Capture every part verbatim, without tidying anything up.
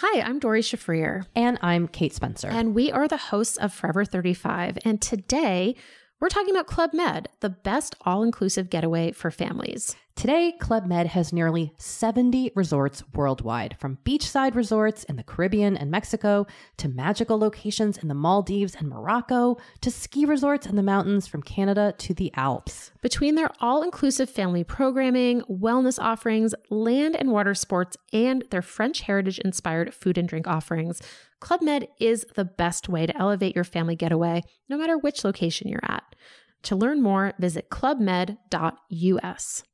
Hi, I'm Dory Shafrir. And I'm Kate Spencer. And we are the hosts of Forever thirty-five. And today, we're talking about Club Med, the best all-inclusive getaway for families. Today, Club Med has nearly seventy resorts worldwide, from beachside resorts in the Caribbean and Mexico, to magical locations in the Maldives and Morocco, to ski resorts in the mountains from Canada to the Alps. Between their all-inclusive family programming, wellness offerings, land and water sports, and their French heritage-inspired food and drink offerings, Club Med is the best way to elevate your family getaway, no matter which location you're at. To learn more, visit club med dot u s.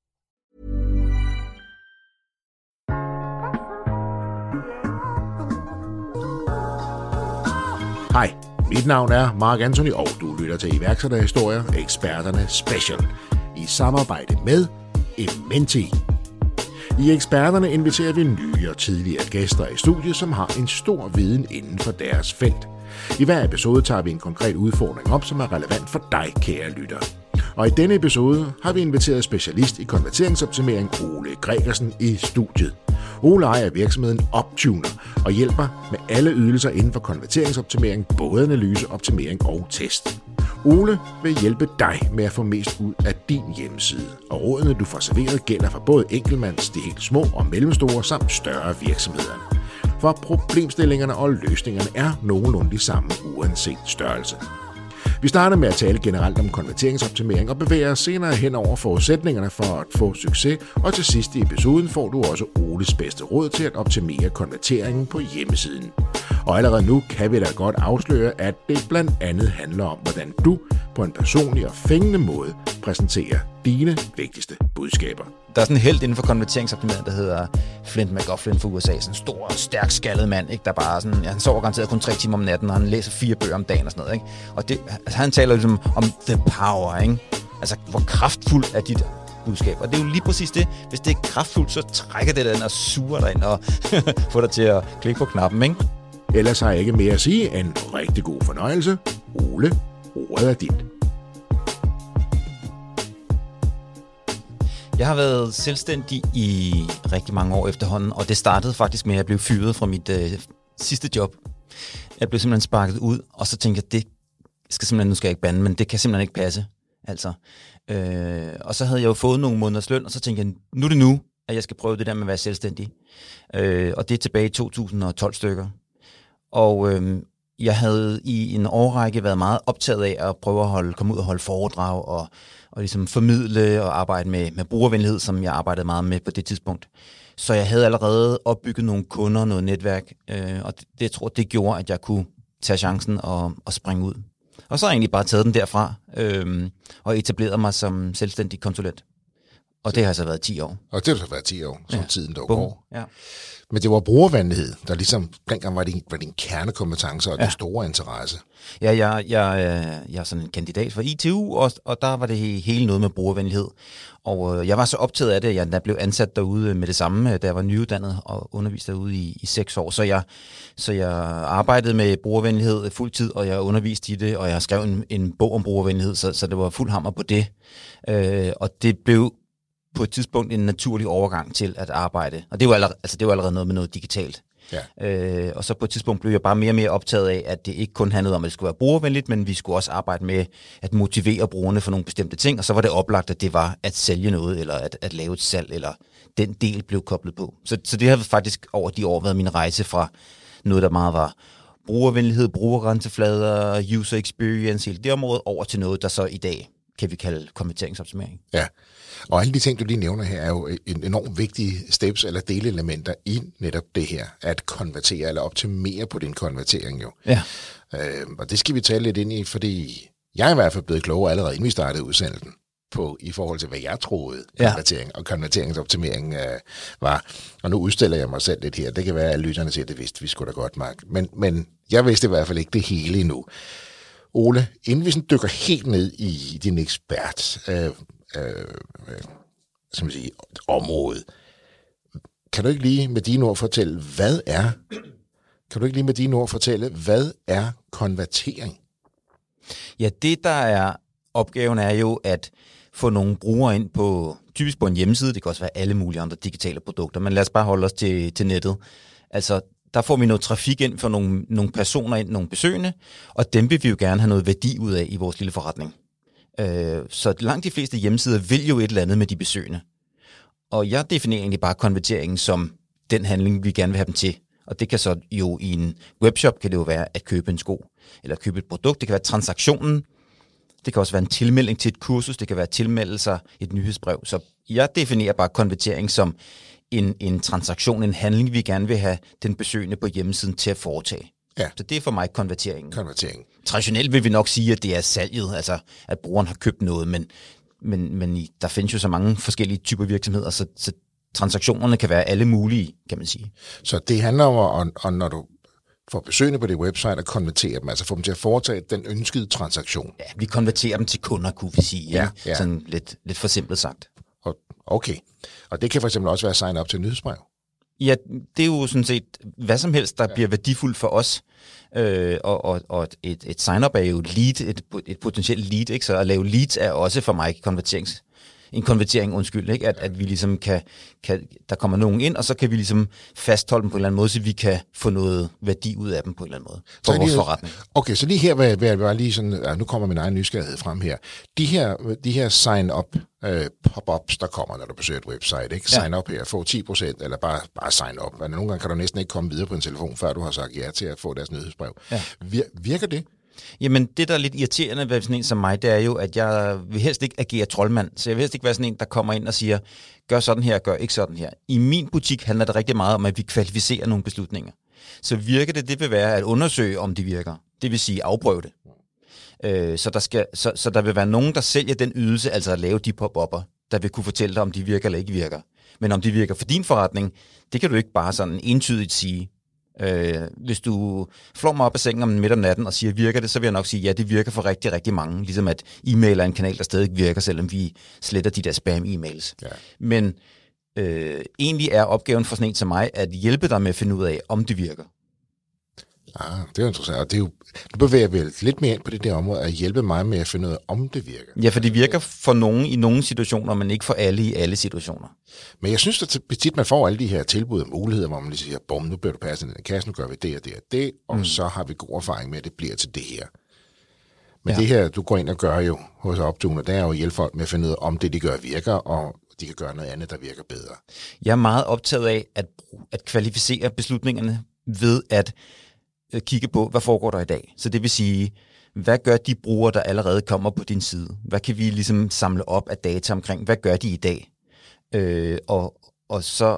Hej, mit navn er Mark Anthony, og du lytter til iværksætterhistorier, eksperterne special, i samarbejde med Ementi. I eksperterne inviterer vi nye og tidligere gæster i studiet, som har en stor viden inden for deres felt. I hver episode tager vi en konkret udfordring op, som er relevant for dig, kære lytter. Og i denne episode har vi inviteret specialist i konverteringsoptimering Ole Gregersen i studiet. Ole ejer virksomheden Optuner og hjælper med alle ydelser inden for konverteringsoptimering, både analyse, optimering og test. Ole vil hjælpe dig med at få mest ud af din hjemmeside, og rådene du får serveret gælder for både enkeltmands, de helt små og mellemstore samt større virksomheder. For problemstillingerne og løsningerne er nogenlunde de samme uanset størrelse. Vi starter med at tale generelt om konverteringsoptimering og bevæger os senere hen over forudsætningerne for at få succes, og til sidst i episoden får du også Oles bedste råd til at optimere konverteringen på hjemmesiden. Og allerede nu kan vi da godt afsløre, at det blandt andet handler om, hvordan du på en personlig og fængende måde præsenterer dine vigtigste budskaber. Der er sådan en helt inden for konverteringsoptimering, der hedder Flint McGofflin fra U S A. Sådan en stor, stærk, skaldet mand, ikke? Der bare sådan, ja, han sover garanteret kun tre timer om natten, og han læser fire bøger om dagen og sådan noget, ikke? Og det, altså, han taler ligesom om the power, ikke? Altså, hvor kraftfuld er dit budskab. Og det er jo lige præcis det. Hvis det er kraftfuldt, så trækker det den og suger dig ind og får dig til at klikke på knappen, ikke? Ellers har jeg ikke mere at sige end rigtig god fornøjelse. Ole, ordet er dit. Jeg har været selvstændig i rigtig mange år efterhånden, og det startede faktisk med, at jeg blev fyret fra mit øh, sidste job. Jeg blev simpelthen sparket ud, og så tænkte jeg, det skal simpelthen, nu skal jeg ikke bande, men det kan simpelthen ikke passe. Altså. Øh, og så havde jeg jo fået nogle måneders løn, og så tænkte jeg, nu er det nu, at jeg skal prøve det der med at være selvstændig. Øh, og det er tilbage i to tusind og tolv stykker. Og øh, jeg havde i en årrække været meget optaget af at prøve at holde, komme ud og holde foredrag og, og ligesom formidle og arbejde med, med brugervenlighed, som jeg arbejdede meget med på det tidspunkt. Så jeg havde allerede opbygget nogle kunder, noget netværk, øh, og det, det jeg tror det gjorde, at jeg kunne tage chancen og, og springe ud. Og så har jeg egentlig bare taget den derfra øh, og etableret mig som selvstændig konsulent. Og det har så været ti år. Og det har så været ti år, som ja. tiden dog går. Ja. Men det var brugervenlighed, der ligesom dengang var din, var din kernekompetence og ja. den store interesse. Ja, jeg, jeg, jeg er sådan en kandidat for I T U, og, og der var det hele noget med brugervenlighed. Og jeg var så optaget af det, at jeg blev ansat derude med det samme, da jeg var nyuddannet og underviste derude i, i seks år. Så jeg, så jeg arbejdede med brugervenlighed fuldtid, og jeg underviste i det, og jeg skrev en, en bog om brugervenlighed, så, så det var fuld hammer på det. Øh, og det blev på et tidspunkt en naturlig overgang til at arbejde. Og det var allerede, altså det var allerede noget med noget digitalt. Ja. Øh, og så på et tidspunkt blev jeg bare mere og mere optaget af, at det ikke kun handlede om, at det skulle være brugervenligt, men vi skulle også arbejde med at motivere brugerne for nogle bestemte ting, og så var det oplagt, at det var at sælge noget, eller at, at lave et salg, eller den del blev koblet på. Så, så det har faktisk over de år været min rejse fra noget, der meget var brugervenlighed, brugergrænseflader, user experience, hele det område, over til noget, der så i dag kan vi kalde konverteringsoptimering. Ja, og alle de ting, du lige nævner her, er jo en enormt vigtige steps eller delelementer i netop det her, at konvertere eller optimere på din konvertering jo. Ja. Øh, og det skal vi tale lidt ind i, fordi jeg er i hvert fald blevet klogere allerede, inden vi startede udsendelsen, på i forhold til, hvad jeg troede konvertering ja. og konverteringsoptimering øh, var. Og nu udstiller jeg mig selv lidt her. Det kan være, at lytterne siger, det vidste vi sgu da godt, Mark. Men, men jeg vidste i hvert fald ikke det hele endnu. Ole, inden vi sådan dykker helt ned i din ekspert øh, øh, som man siger, område, kan du ikke lige med dine ord fortælle, hvad er, kan du ikke lige med dine ord fortælle, hvad er konvertering? Ja, det der er opgaven er jo at få nogle brugere ind på, typisk på en hjemmeside, det kan også være alle mulige andre digitale produkter, men lad os bare holde os til, til nettet. Altså, der får vi noget trafik ind for nogle, nogle personer ind, nogle besøgende, og dem vil vi jo gerne have noget værdi ud af i vores lille forretning. Øh, så langt de fleste hjemmesider vil jo et eller andet med de besøgende. Og jeg definerer egentlig bare konverteringen som den handling, vi gerne vil have dem til. Og det kan så jo i en webshop, kan det jo være at købe en sko, eller købe et produkt. Det kan være transaktionen. Det kan også være en tilmelding til et kursus. Det kan være at tilmelde sig et nyhedsbrev. Så jeg definerer bare konvertering som en, en transaktion, en handling, vi gerne vil have den besøgende på hjemmesiden til at foretage. Ja. Så det er for mig konverteringen. Konvertering. Traditionelt vil vi nok sige, at det er salget, altså at brugeren har købt noget, men, men, men der findes jo så mange forskellige typer virksomheder, så, så transaktionerne kan være alle mulige, kan man sige. Så det handler om, om når du får besøgende på det website, at konvertere dem, altså få dem til at foretage den ønskede transaktion. Ja, vi konverterer dem til kunder, kunne vi sige. Ja, ja. Sådan lidt, lidt for simpelt sagt. Okay. Og det kan for eksempel også være at signe op til nyhedsbrev. Ja, det er jo sådan set hvad som helst, der ja. bliver værdifuldt for os. Øh, og og, og et, et sign-up er jo lead, et, et potentielt lead, ikke? Så at lave leads er også for mig konverterings, en konvertering, undskyld, ikke? At, at vi ligesom kan, kan, der kommer nogen ind, og så kan vi ligesom fastholde dem på en eller anden måde, så vi kan få noget værdi ud af dem på en eller anden måde, for vores forretning. Okay, så lige her vil jeg, vil jeg bare lige sådan, ja, nu kommer min egen nysgerrighed frem her. De her, de her sign-up øh, pop-ups, der kommer, når du besøger et website, ikke? Sign up her, få ti procent, eller bare, bare sign up. Men nogle gange kan du næsten ikke komme videre på en telefon, før du har sagt ja til at få deres nyhedsbrev. Ja. Vir- virker det? Jamen, det, der er lidt irriterende ved sådan en som mig, det er jo, at jeg vil helst ikke agere troldmand. Så jeg vil helst ikke være sådan en, der kommer ind og siger, gør sådan her, gør ikke sådan her. I min butik handler det rigtig meget om, at vi kvalificerer nogle beslutninger. Så virker det, det vil være at undersøge, om det virker. Det vil sige afprøve det. Øh, så, der skal, så, så der vil være nogen, der sælger den ydelse, altså at lave de pop-up'er, der vil kunne fortælle dig, om de virker eller ikke virker. Men om de virker for din forretning, det kan du ikke bare sådan entydigt sige. Øh, hvis du flår mig op af sengen om midt om natten og siger, virker det, så vil jeg nok sige, ja, det virker for rigtig, rigtig mange. Ligesom at e-mail er en kanal, der stadig virker, selvom vi sletter de der spam-e-mails. Ja. Men øh, egentlig er opgaven for sådan en som mig, at hjælpe dig med at finde ud af, om det virker. Ah, det er jo interessant. Og det er jo, du bevæger vel lidt mere ind på det der område, at hjælpe mig med at finde ud af, om det virker. Ja, for det virker for nogen i nogle situationer, men ikke for alle i alle situationer. Men jeg synes, at tit man får alle de her tilbud og muligheder, hvor man lige siger, bum, nu bliver du passet i den kasse, nu gør vi det og det og det, og mm. så har vi god erfaring med, at det bliver til det her. Men ja. det her, du går ind og gør jo hos Optuner, det er jo at hjælpe folk med at finde ud af, om det, de gør, virker, og de kan gøre noget andet, der virker bedre. Jeg er meget optaget af at, at kvalificere beslutningerne ved at kigge på, hvad foregår der i dag. Så det vil sige, hvad gør de brugere, der allerede kommer på din side? Hvad kan vi ligesom samle op af data omkring? Hvad gør de i dag? Øh, og, og så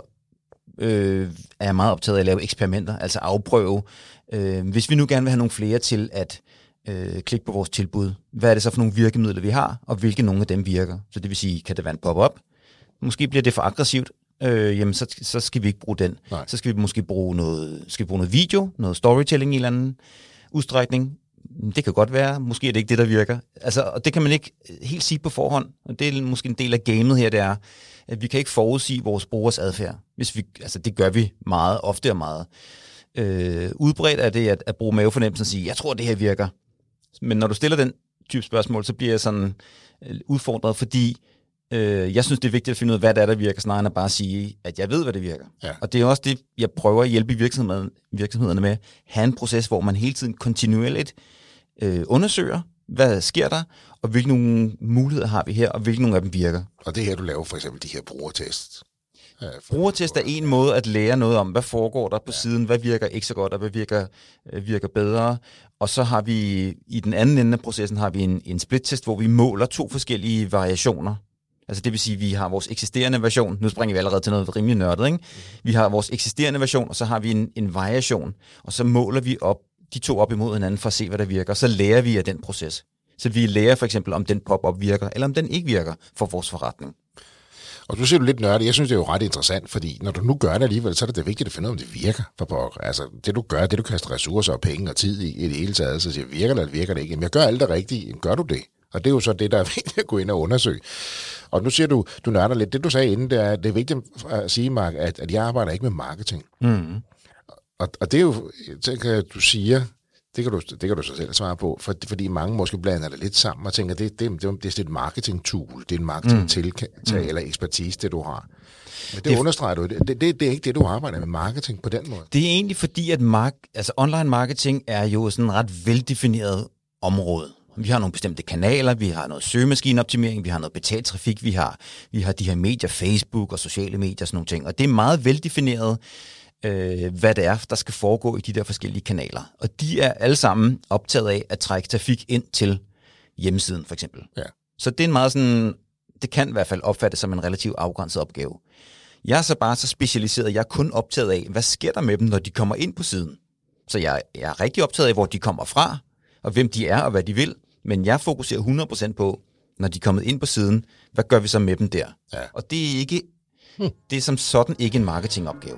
øh, er jeg meget optaget af at lave eksperimenter, altså afprøve. Øh, hvis vi nu gerne vil have nogle flere til at øh, klikke på vores tilbud, hvad er det så for nogle virkemidler, vi har, og hvilke nogle af dem virker? Så det vil sige, kan det være en pop-up? Måske bliver det for aggressivt. Øh, jamen så, så skal vi ikke bruge den. Nej. Så skal vi måske bruge noget, skal vi bruge noget video, noget storytelling i en eller anden udstrækning. Det kan godt være, måske er det ikke det, der virker. Altså, og det kan man ikke helt sige på forhånd. Og det er måske en del af gamet her, det er, at vi kan ikke forudsige vores brugers adfærd. Hvis vi, altså det gør vi meget, ofte og meget. Øh, udbredt er det at, at bruge mavefornemmelsen og sige, jeg tror, det her virker. Men når du stiller den type spørgsmål, så bliver jeg sådan udfordret, fordi jeg synes, det er vigtigt at finde ud af, hvad det er, der virker, snarere end at bare sige, at jeg ved, hvad det virker. Ja. Og det er også det, jeg prøver at hjælpe virksomhederne, virksomhederne med. Have en proces, hvor man hele tiden kontinuerligt øh, undersøger, hvad sker der, og hvilke nogle muligheder har vi her, og hvilke nogle af dem virker. Og det her, du laver for eksempel de her brugertests. Ja, brugertest er en måde at lære noget om, hvad foregår der på ja. siden, hvad virker ikke så godt, og hvad virker, øh, virker bedre. Og så har vi, i den anden ende af processen, har vi en, en split-test, hvor vi måler to forskellige variationer. Altså det vil sige, at vi har vores eksisterende version. Nu springer vi allerede til noget rimelig nørdet, ikke? Vi har vores eksisterende version, og så har vi en, en variation. Og så måler vi op de to op imod hinanden for at se, hvad der virker. Så lærer vi af den proces. Så vi lærer for eksempel, om den pop-up virker, eller om den ikke virker for vores forretning. Og du siger du lidt nørdet. Jeg synes, det er jo ret interessant, fordi når du nu gør det alligevel, så er det det vigtigt at finde ud af, om det virker for pokker. Altså det du gør, det du kaster ressourcer og penge og tid i, i det hele taget, så siger virker det eller virker det ikke. Jamen jeg gør alt det rigtige. Jamen, gør du det? Og det er jo så det, der er vigtigt at gå ind og undersøge. Og nu siger du, du nørder lidt. Det du sagde inden, det er, det er vigtigt at sige, Mark, at, at jeg arbejder ikke med marketing. Mm. Og, og det er jo, tænker, du siger, Det kan, du, det kan du så selv svare på, for, fordi mange måske blander det lidt sammen og tænker, det, det, det, det er et marketing-tool, det er en marketing-tiltag mm. eller ekspertise, det du har. Men det, det understreger du, det, det, det er ikke det, du arbejder med marketing på den måde. Det er egentlig fordi, at mark, altså online marketing er jo sådan et ret veldefineret område. Vi har nogle bestemte kanaler, vi har noget søgemaskineoptimering, vi har noget betalt trafik, vi har, vi har de her medier, Facebook og sociale medier og sådan nogle ting. Og det er meget veldefineret, øh, hvad det er, der skal foregå i de der forskellige kanaler. Og de er alle sammen optaget af at trække trafik ind til hjemmesiden, for eksempel. Ja. Så det er en meget sådan, det kan i hvert fald opfattes som en relativt afgrænset opgave. Jeg er så bare så specialiseret, jeg er kun optaget af, hvad sker der med dem, når de kommer ind på siden. Så jeg, jeg er rigtig optaget af, hvor de kommer fra, og hvem de er, og hvad de vil. Men jeg fokuserer hundrede procent på, når de er kommet ind på siden, hvad gør vi så med dem der? Ja. Og det er ikke, det er som sådan ikke en marketingopgave.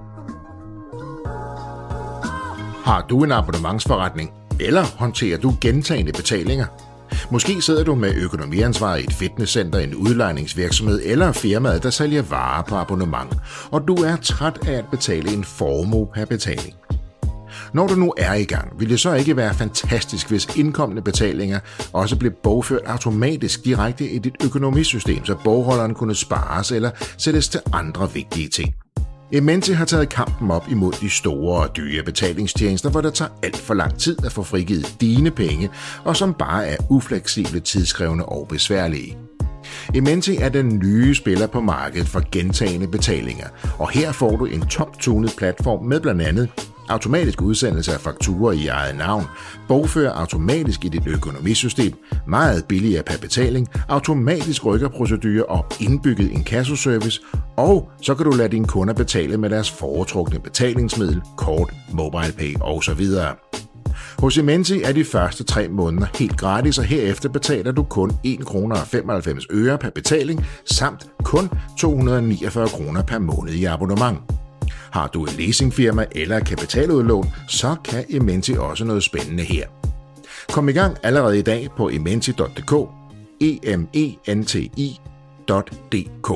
Har du en abonnementsforretning, eller håndterer du gentagne betalinger? Måske sidder du med økonomiansvar i et fitnesscenter, en udlejningsvirksomhed eller firmaet, der sælger varer på abonnement, og du er træt af at betale en formue per betaling. Når du nu er i gang, vil det så ikke være fantastisk, hvis indkommende betalinger også blev bogført automatisk direkte i dit økonomisystem, så bogholderen kunne spares eller sættes til andre vigtige ting. Ementi har taget kampen op imod de store og dyre betalingstjenester, hvor det tager alt for lang tid at få frigivet dine penge, og som bare er ufleksible, tidskrævende og besværlige. Ementi er den nye spiller på markedet for gentagne betalinger, og her får du en top-tunet platform med blandt andet automatisk udsendelse af fakturer i eget navn, bogfører automatisk i dit økonomisystem, meget billigere per betaling, automatisk rykkerprocedure og indbygget inkassoservice, og så kan du lade dine kunder betale med deres foretrukne betalingsmiddel, kort, MobilePay osv. Hos Ementi er de første tre måneder helt gratis, og herefter betaler du kun en krone og femoghalvfems øre per betaling, samt kun to hundrede og niogfyrre kroner per måned i abonnement. Har du et leasingfirma eller kapitaludlån, så kan Ementi også noget spændende her. Kom i gang allerede i dag på ementi punktum d k, e m e n t i punktum d k.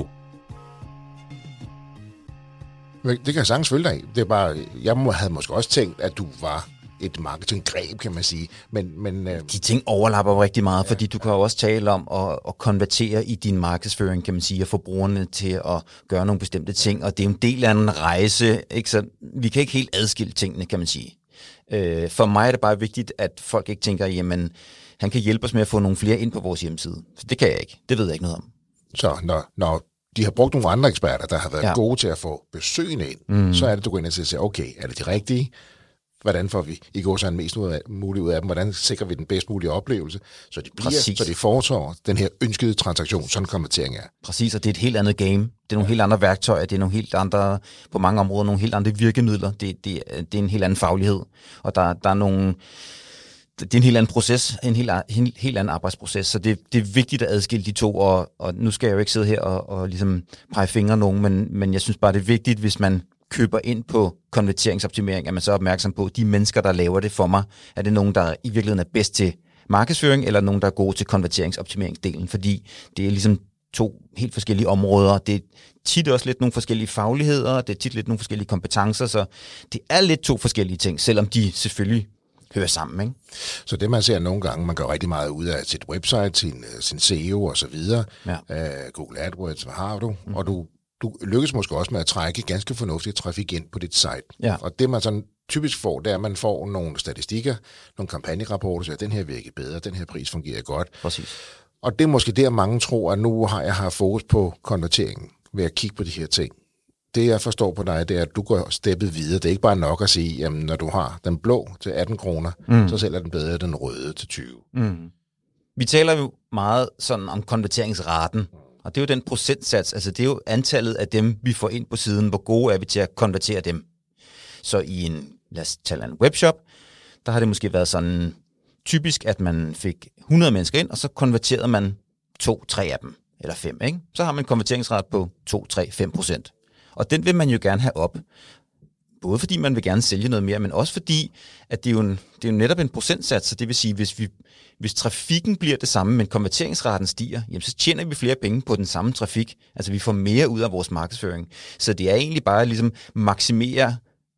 Det kan jeg sagtens følge dig i. Det er bare, jeg havde måske også tænkt, at du var et marketinggreb, kan man sige. Men, men, øh... De ting overlapper jo rigtig meget, ja. Fordi du kan jo også tale om at, at konvertere i din markedsføring, kan man sige, og få brugerne til at gøre nogle bestemte ting, og det er en del af en rejse, ikke? Så vi kan ikke helt adskille tingene, kan man sige. Øh, for mig er det bare vigtigt, at folk ikke tænker, jamen, han kan hjælpe os med at få nogle flere ind på vores hjemmeside. Så det kan jeg ikke. Det ved jeg ikke noget om. Så når, når de har brugt nogle andre eksperter, der har været ja. gode til at få besøgende ind, mm. så er det, du går ind og siger, okay, er det de rigtige? Hvordan får vi i går så en mest muligt ud af dem? Hvordan sikrer vi den bedst mulige oplevelse, så de bliver, Præcis. så de foretager den her ønskede transaktion, sådan konvertering er. Præcis, og det er et helt andet game. Det er nogle helt andre værktøjer, det er nogle helt andre, på mange områder, nogle helt andre virkemidler. Det, det, det er en helt anden faglighed, og der, der er nogle, det er en helt anden proces, en helt, en helt anden arbejdsproces, så det, det er vigtigt at adskille de to, og, og nu skal jeg jo ikke sidde her og, og ligesom pege fingre nogen, men, men jeg synes bare, det er vigtigt, hvis man køber ind på konverteringsoptimering, at man så er opmærksom på, de mennesker, der laver det for mig, er det nogen, der i virkeligheden er bedst til markedsføring, eller nogen, der er gode til konverteringsoptimeringsdelen, fordi det er ligesom to helt forskellige områder. Det er tit også lidt nogle forskellige fagligheder, det er tit lidt nogle forskellige kompetencer, så det er lidt to forskellige ting, selvom de selvfølgelig hører sammen, ikke? Så det man ser nogle gange, man gør rigtig meget ud af sit website, sin, sin S E O og så videre, ja. uh, Google AdWords, hvad har du, mm. og du Du lykkes måske også med at trække ganske fornuftig trafik ind på dit site. Ja. Og det, man sådan typisk får, det er, at man får nogle statistikker, nogle kampagnerapporter, så at den her virker bedre, den her pris fungerer godt. Præcis. Og det er måske der, mange tror, at nu har jeg haft fokus på konverteringen ved at kigge på de her ting. Det, jeg forstår på dig, det er, at du går steppet videre. Det er ikke bare nok at sige, jamen, når du har den blå til atten kroner, mm. så sælger den bedre den røde til tyve. Mm. Vi taler jo meget sådan om konverteringsraten. Og det er jo den procentsats, altså det er jo antallet af dem, vi får ind på siden, hvor gode er vi til at konvertere dem. Så i en, lad os tale en webshop, der har det måske været sådan typisk, at man fik hundrede mennesker ind, og så konverterede man to, tre af dem, eller fem, ikke? Så har man en konverteringsrate på to, tre, fem procent. Og den vil man jo gerne have op. Både fordi man vil gerne sælge noget mere, men også fordi, at det er jo, en, det er jo netop en procentsats, så det vil sige, hvis vi Hvis trafikken bliver det samme, men konverteringsraten stiger, jamen så tjener vi flere penge på den samme trafik. Altså vi får mere ud af vores markedsføring. Så det er egentlig bare at ligesom maksimere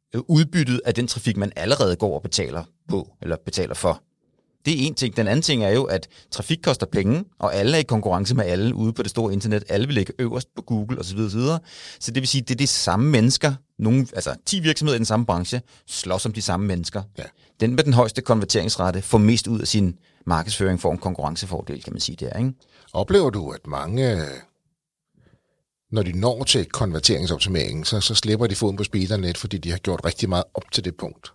udbyttet af den trafik, man allerede går og betaler på, eller betaler for. Det er en ting. Den anden ting er jo, at trafik koster penge, og alle er i konkurrence med alle ude på det store internet. Alle vil ligge øverst på Google osv. osv. Så det vil sige, at det er de samme mennesker, nogle, altså ti virksomheder i den samme branche, slås om de samme mennesker. Ja. Den med den højeste konverteringsrate får mest ud af sin markedsføring, for en konkurrencefordel, kan man sige der, ikke? Oplever du, at mange, når de når til konverteringsoptimeringen, så, så slipper de foden på speederen lidt, fordi de har gjort rigtig meget op til det punkt?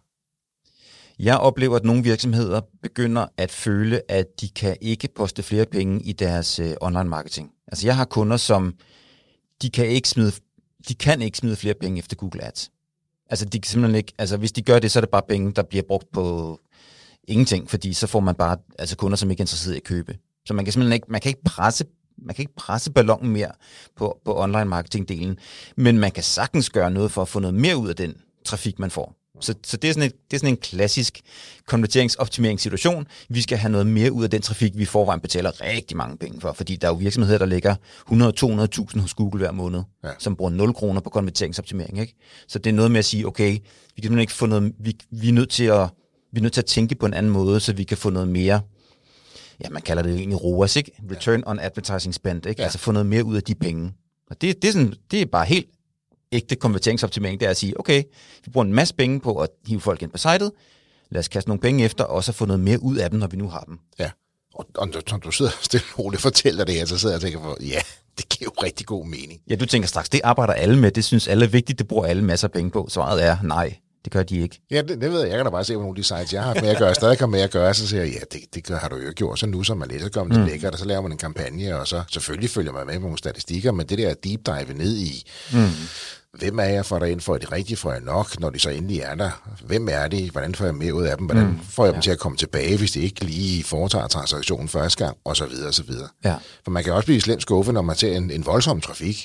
Jeg oplever, at nogle virksomheder begynder at føle, at de kan ikke poste flere penge i deres øh, online marketing. Altså jeg har kunder, som de kan ikke smide, de kan ikke smide flere penge efter Google Ads. Altså de kan simpelthen ikke, altså hvis de gør det, så er det bare penge, der bliver brugt på ingenting, fordi så får man bare altså kunder, som ikke er interesseret i at købe. Så man kan simpelthen ikke, man kan ikke presse, man kan ikke presse ballonen mere på, på online marketing delen, men man kan sagtens gøre noget for at få noget mere ud af den trafik, man får. Så, så det, er sådan et, det er sådan en klassisk konverteringsoptimeringssituation. Vi skal have noget mere ud af den trafik, vi forvejen betaler rigtig mange penge for, fordi der er jo virksomheder, der ligger hundrede til to hundrede tusind hos Google hver måned, ja. Som bruger nul kroner på konverteringsoptimering, ikke? Så det er noget med at sige, okay, vi kan simpelthen ikke få noget, vi, vi, er nødt til at, vi er nødt til at tænke på en anden måde, så vi kan få noget mere, ja, man kalder det egentlig R O A S, ikke? Return on Advertising Spend, ikke? Ja. Altså få noget mere ud af de penge. Og det, det, er, sådan, det er bare helt ægte konverteringsoptimering, det er at sige, okay, vi bruger en masse penge på at hive folk ind på sitet, lad os kaste nogle penge efter, og så få noget mere ud af dem, når vi nu har dem. Ja, og, og når du sidder stille og roligt og fortæller det her, så sidder jeg og tænker på, ja, det giver jo rigtig god mening. Ja, du tænker straks, det arbejder alle med, det synes alle er vigtigt, det bruger alle masser af penge på. Svaret er, nej, det gør de ikke. Ja, det, det ved jeg. Jeg kan da bare se på nogle af de sites, jeg har haft med at gøre, stadig har med at gøre, så siger jeg, ja, det, det gør, har du jo ikke gjort, så nu som man læser, gør man det mm. lækkert, og så laver man en kampagne, og så selvfølgelig følger man med med nogle statistikker, men det der deep dive ned i, mm. hvem er jeg for dig ind for, de rigtige får jeg nok, når de så endelig er der? Hvem er de? Hvordan får jeg mere ud af dem? Hvordan får jeg mm. dem til at komme tilbage, hvis de ikke lige foretager transaktionen første gang? Og så videre, og så videre. Ja. For man kan også blive slemt skuffet, når man ser en, en voldsom trafik,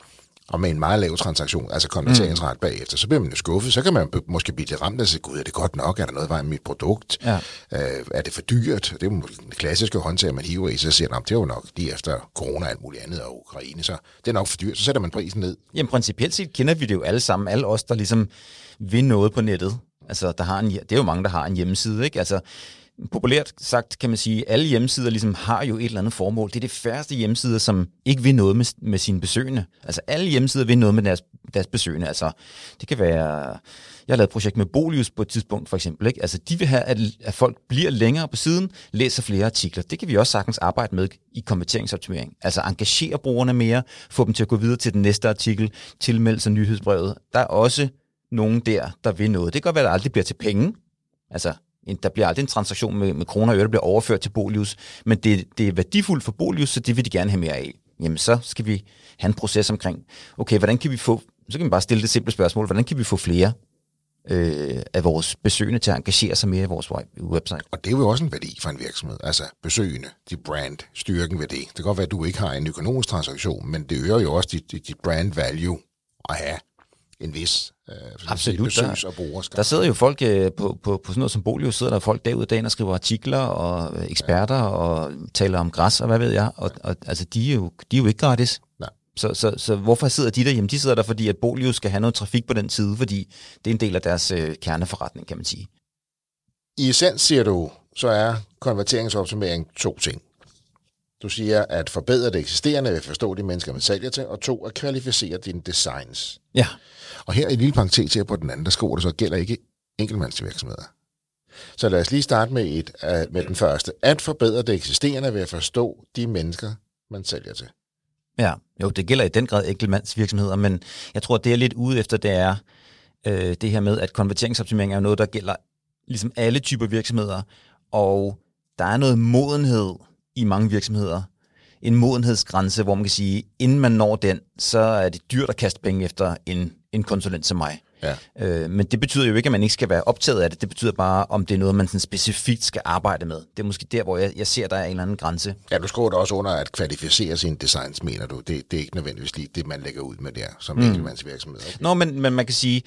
og med en meget lav transaktion, altså konverteringsret mm. bagefter, så bliver man jo skuffet. Så kan man måske blive lidt ramt og sige, gud, er det godt nok? Er der noget vej med mit produkt? Ja. Øh, er det for dyrt? Det er jo den klassiske håndtag, man hiver i, så siger man, det er jo nok lige efter corona og alt muligt andet og Ukraine, så det er nok for dyrt. Så sætter man prisen ned. Jamen principielt set kender vi det jo alle sammen, alle os, der ligesom vil noget på nettet. Altså, der har en, det er jo mange, der har en hjemmeside, ikke? Altså, populært sagt kan man sige, at alle hjemmesider ligesom har jo et eller andet formål. Det er det færreste hjemmesider, som ikke vil noget med, med sine besøgende. Altså alle hjemmesider vil noget med deres, deres besøgende. Altså det kan være, jeg har lavet et projekt med Bolius på et tidspunkt for eksempel, ikke? Altså de vil have, at, at folk bliver længere på siden, læser flere artikler. Det kan vi også sagtens arbejde med i konverteringsoptimering. Altså engagere brugerne mere, få dem til at gå videre til den næste artikel, tilmelde sig nyhedsbrevet. Der er også nogen der, der vil noget. Det kan godt være, at der aldrig bliver til penge. Altså der bliver aldrig en transaktion med, med kroner og øre, der bliver overført til Bolius, men det, det er værdifuldt for Bolius, så det vil de gerne have mere af. Jamen, så skal vi have en proces omkring, okay, hvordan kan vi få, så kan vi bare stille det simple spørgsmål, hvordan kan vi få flere øh, af vores besøgende til at engagere sig mere i vores website? Og det er jo også en værdi for en virksomhed, altså besøgende, dit brand, styrken ved det. Det kan godt være, at du ikke har en økonomisk transaktion, men det øger jo også dit, dit brand value at have en vis øh, Absolut. besøgs- og brugerskab. Der sidder jo folk øh, på, på, på sådan noget som Bolius, sidder der folk derude dagen og skriver artikler og øh, eksperter ja. og taler om græs og hvad ved jeg, og, og altså de er jo, de er jo ikke gratis. Nej. Så, så, så hvorfor sidder de der? Jamen de sidder der, fordi at Bolius skal have noget trafik på den side, fordi det er en del af deres øh, kerneforretning, kan man sige. I essens siger du, så er konverteringsoptimering to ting. Du siger, at forbedre det eksisterende ved at forstå de mennesker, man sælger til, og to, at kvalificere dine designs. Ja. Og her i en lille parentes her på den anden, der skriver det så, gælder ikke enkeltmandsvirksomheder. Så lad os lige starte med, et, uh, med den første. At forbedre det eksisterende ved at forstå de mennesker, man sælger til. Ja, jo, det gælder i den grad enkeltmandsvirksomheder, men jeg tror, det er lidt ude efter, det er øh, det her med, at konverteringsoptimering er noget, der gælder ligesom alle typer virksomheder, og der er noget modenhed i mange virksomheder. En modenhedsgrænse, hvor man kan sige, inden man når den, så er det dyrt at kaste penge efter en, en konsulent som mig. Ja. Øh, men det betyder jo ikke, at man ikke skal være optaget af det. Det betyder bare, om det er noget, man sådan specifikt skal arbejde med. Det er måske der, hvor jeg, jeg ser, der er en eller anden grænse. Ja, du skriver da også under at kvalificere sine designs, mener du. Det, det er ikke nødvendigvis lige det, man lægger ud med der, som mm. enkeltmandsvirksomhed. Okay? Nå, men, men man kan sige,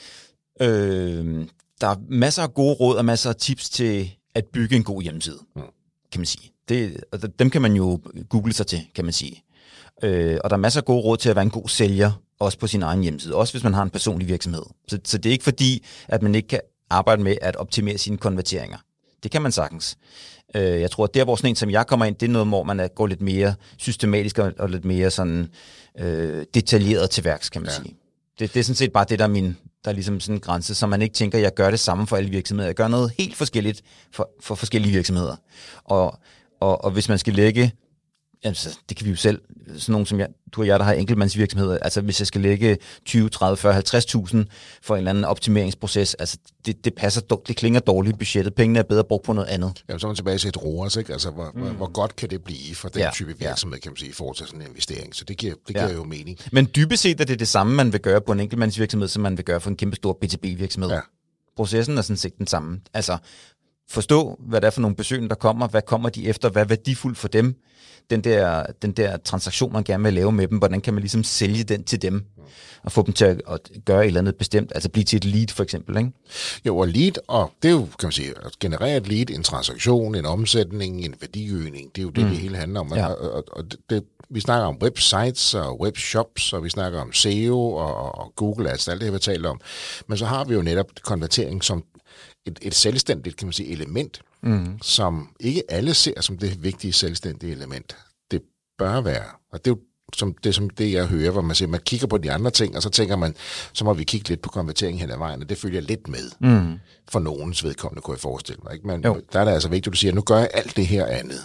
øh, der er masser af gode råd og masser af tips til at bygge en god hjemmeside, mm. kan man sige. Det, dem kan man jo google sig til, kan man sige. Øh, og der er masser af gode råd til at være en god sælger også på sin egen hjemmeside, også hvis man har en personlig virksomhed. Så, så det er ikke fordi, at man ikke kan arbejde med at optimere sine konverteringer. Det kan man sagtens. Jeg tror, at der, hvor sådan en som jeg kommer ind, det er noget, hvor man går lidt mere systematisk og, og lidt mere sådan øh, detaljeret til værks, kan man ja. sige. Det, det er sådan set bare det, der er, min, der er ligesom sådan en grænse, så man ikke tænker, at jeg gør det samme for alle virksomheder. Jeg gør noget helt forskelligt for, for forskellige virksomheder. Og, og, og hvis man skal lægge, altså, det kan vi jo selv, sådan nogen som jeg, du og jeg, der har enkeltmandsvirksomheder, altså hvis jeg skal lægge tyve, tredive, fyrre, halvtreds tusind for en eller anden optimeringsproces, altså det, det passer, det klinger dårligt i budgettet. Pengene er bedre brugt på noget andet. Ja, så er man tilbage til et ROAS, ikke? Altså hvor, mm. hvor godt kan det blive for den ja. type virksomhed, kan man sige, i forhold til sådan en investering. Så det giver, det giver ja. jo mening. Men dybest set er det det samme, man vil gøre på en enkeltmandsvirksomhed, som man vil gøre for en kæmpe stor B to B-virksomhed. Ja. Processen er sådan set den samme. Altså forstå, hvad det er for nogle besøgende, der kommer, hvad kommer de efter, hvad er værdifuldt for dem, den der, den der transaktion, man gerne vil lave med dem, hvordan kan man ligesom sælge den til dem, og få dem til at, at gøre et eller andet bestemt, altså blive til et lead for eksempel, ikke? Jo, og lead, og det er jo, kan man sige, at generere et lead, en transaktion, en omsætning, en værdiøgning, det er jo det, mm. det hele handler om. Ja. Og, og, og det, vi snakker om websites og webshops, og vi snakker om S E O og, og Google Ads, alt det, vi taler om. Men så har vi jo netop konvertering som et, et selvstændigt, kan man sige, element, mm. som ikke alle ser som det vigtige selvstændige element. Det bør være, og det er jo som det, som det, jeg hører, hvor man siger, man kigger på de andre ting, og så tænker man, så må vi kigge lidt på konvertering hen ad vejen, og det følger lidt med. Mm. For nogens vedkommende, kunne jeg forestille mig. Ikke? Men jo. Der er det altså vigtigt, at du siger, nu gør jeg alt det her andet.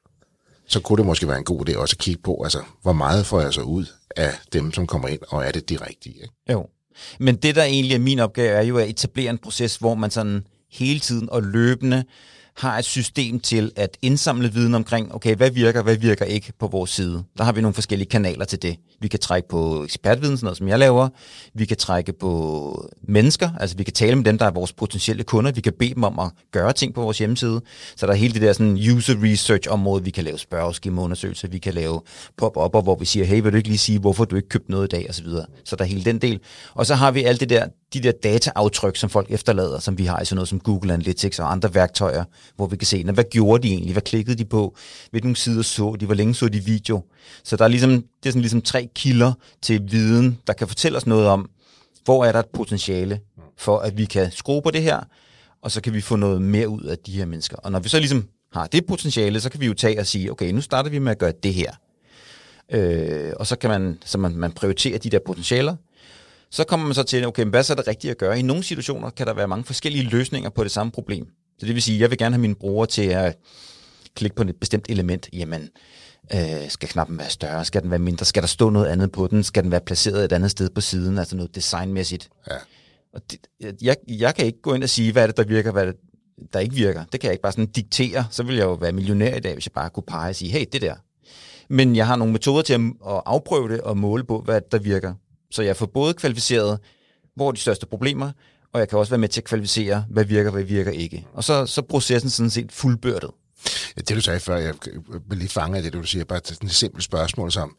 Så kunne det måske være en god idé også at kigge på, altså, hvor meget får jeg så ud af dem, som kommer ind, og er det de rigtige? Ikke? Jo. Men det, der egentlig er min opgave, er jo at etablere en proces, hvor man sådan hele tiden og løbende har et system til at indsamle viden omkring, okay, hvad virker, hvad virker ikke på vores side. Der har vi nogle forskellige kanaler til det. Vi kan trække på ekspertviden, sådan noget som jeg laver. Vi kan trække på mennesker, altså vi kan tale med dem, der er vores potentielle kunder. Vi kan bede dem om at gøre ting på vores hjemmeside. Så der er hele det der sådan user research område. Vi kan lave spørgeskemaundersøgelser, vi kan lave pop-up'er, hvor vi siger, hey, vil du ikke lige sige, hvorfor du ikke købte noget i dag, og så videre. Så der er hele den del. Og så har vi alt det der, de der dataaftryk, som folk efterlader, som vi har i sådan noget som Google Analytics og andre værktøjer, hvor vi kan se, hvad gjorde de egentlig, hvad klikkede de på, hvilke sider så de, hvor længe så de video. Så der er ligesom, det er sådan ligesom tre kilder til viden, der kan fortælle os noget om, hvor er der et potentiale for, at vi kan skrue på det her, og så kan vi få noget mere ud af de her mennesker. Og når vi så ligesom har det potentiale, så kan vi jo tage og sige, okay, nu starter vi med at gøre det her. Øh, og så kan man, så man, man prioriterer de der potentialer. Så kommer man så til, okay, hvad så er det rigtigt at gøre? I nogle situationer kan der være mange forskellige løsninger på det samme problem. Så det vil sige, at jeg vil gerne have mine brugere til at klikke på et bestemt element. Jamen, øh, skal knappen være større? Skal den være mindre? Skal der stå noget andet på den? Skal den være placeret et andet sted på siden? Altså noget designmæssigt. Ja. Og det, jeg, jeg kan ikke gå ind og sige, hvad er det, der virker, hvad er det, der ikke virker. Det kan jeg ikke bare sådan diktere. Så vil jeg jo være millionær i dag, hvis jeg bare kunne pege og sige, hey, det der. Men jeg har nogle metoder til at afprøve det og måle på, hvad der virker. Så jeg får både kvalificeret, hvor er de største problemer, og jeg kan også være med til at kvalificere, hvad virker, hvad virker ikke. Og så så processen sådan set fuldbyrdet. Ja, det du sagde før, jeg vil lige fange af det, du siger, bare et simpelt spørgsmål som,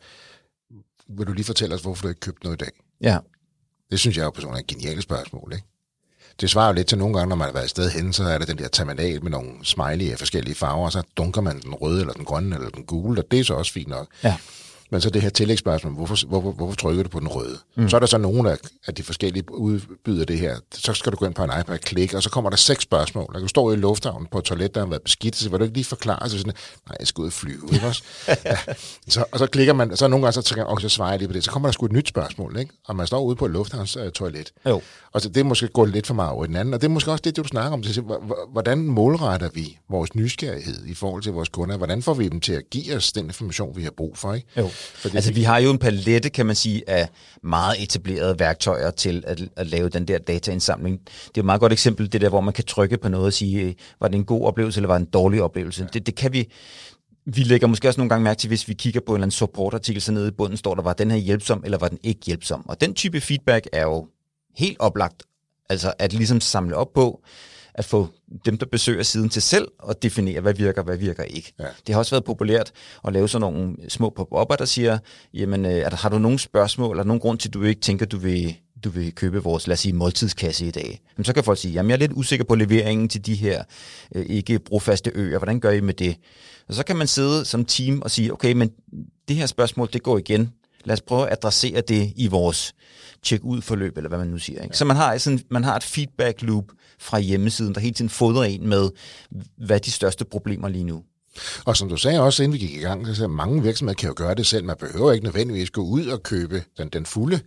vil du lige fortælle os, hvorfor du ikke købte noget i dag? Ja. Det synes jeg jo personligt er et genialt spørgsmål, ikke? Det svarer jo lidt til nogle gange, når man har været et sted hen, så er der den der terminal med nogle smiley af forskellige farver, og så dunker man den røde, eller den grønne, eller den gule, og det er så også fint nok. Ja. Men så det her tillægsspørgsmål, hvorfor, hvorfor, hvorfor trykker du på den røde? Mm. Så er der så nogen af, af de forskellige udbyder det her. Så skal du gå ind på en iPad og klikke, og så kommer der seks spørgsmål. Du står i lufthavnen på et toilet, der har været beskidt, så vil du ikke lige forklare sig sådan, nej, jeg skal ud og flyve, ikke også? Ja. Så, og så klikker man, så nogle gange så tænker jeg, okay, så svarer jeg lige på det. Så kommer der sgu et nyt spørgsmål, ikke? Og man står ude på et lufthavns uh, toilet. Jo. Og så det er måske gået lidt for meget over i den anden. Og det er måske også det, du snakker om. Hvordan målretter vi vores nysgerrighed i forhold til vores kunder? Hvordan får vi dem til at give os den information, vi har brug for, ikke? Jo. Fordi altså, vi har jo en palette, kan man sige, af meget etablerede værktøjer til at, at lave den der dataindsamling. Det er et meget godt eksempel, det der, hvor man kan trykke på noget og sige, var det en god oplevelse, eller var det en dårlig oplevelse? Ja. Det, det kan vi... Vi lægger måske også nogle gange mærke til, hvis vi kigger på en eller anden supportartikel, så nede i bunden står der, var den her hjælpsom, eller var den ikke hjælpsom? Og den type feedback er jo helt oplagt, altså at ligesom samle op på, at få dem, der besøger siden til selv, og definere, hvad virker, hvad virker ikke. Ja. Det har også været populært at lave sådan nogle små pop-up'er, der siger, jamen, er der, har du nogle spørgsmål, eller nogen grund til, at du ikke tænker, du vil, du vil købe vores, lad os sige, måltidskasse i dag? Jamen, så kan folk sige, jamen, jeg er lidt usikker på leveringen til de her øh, ikke brofaste øer. Hvordan gør I med det? Og så kan man sidde som team og sige, okay, men det her spørgsmål, det går igen. Lad os prøve at adressere det i vores check-ud-forløb, eller hvad man nu siger. Ikke? Ja. Så man har, sådan, man har et feedback loop fra hjemmesiden, der hele tiden fodrer en med, hvad er de største problemer lige nu. Og som du sagde også, inden vi gik i gang, så mange virksomheder kan jo gøre det selv. Man behøver ikke nødvendigvis gå ud og købe den, den fulde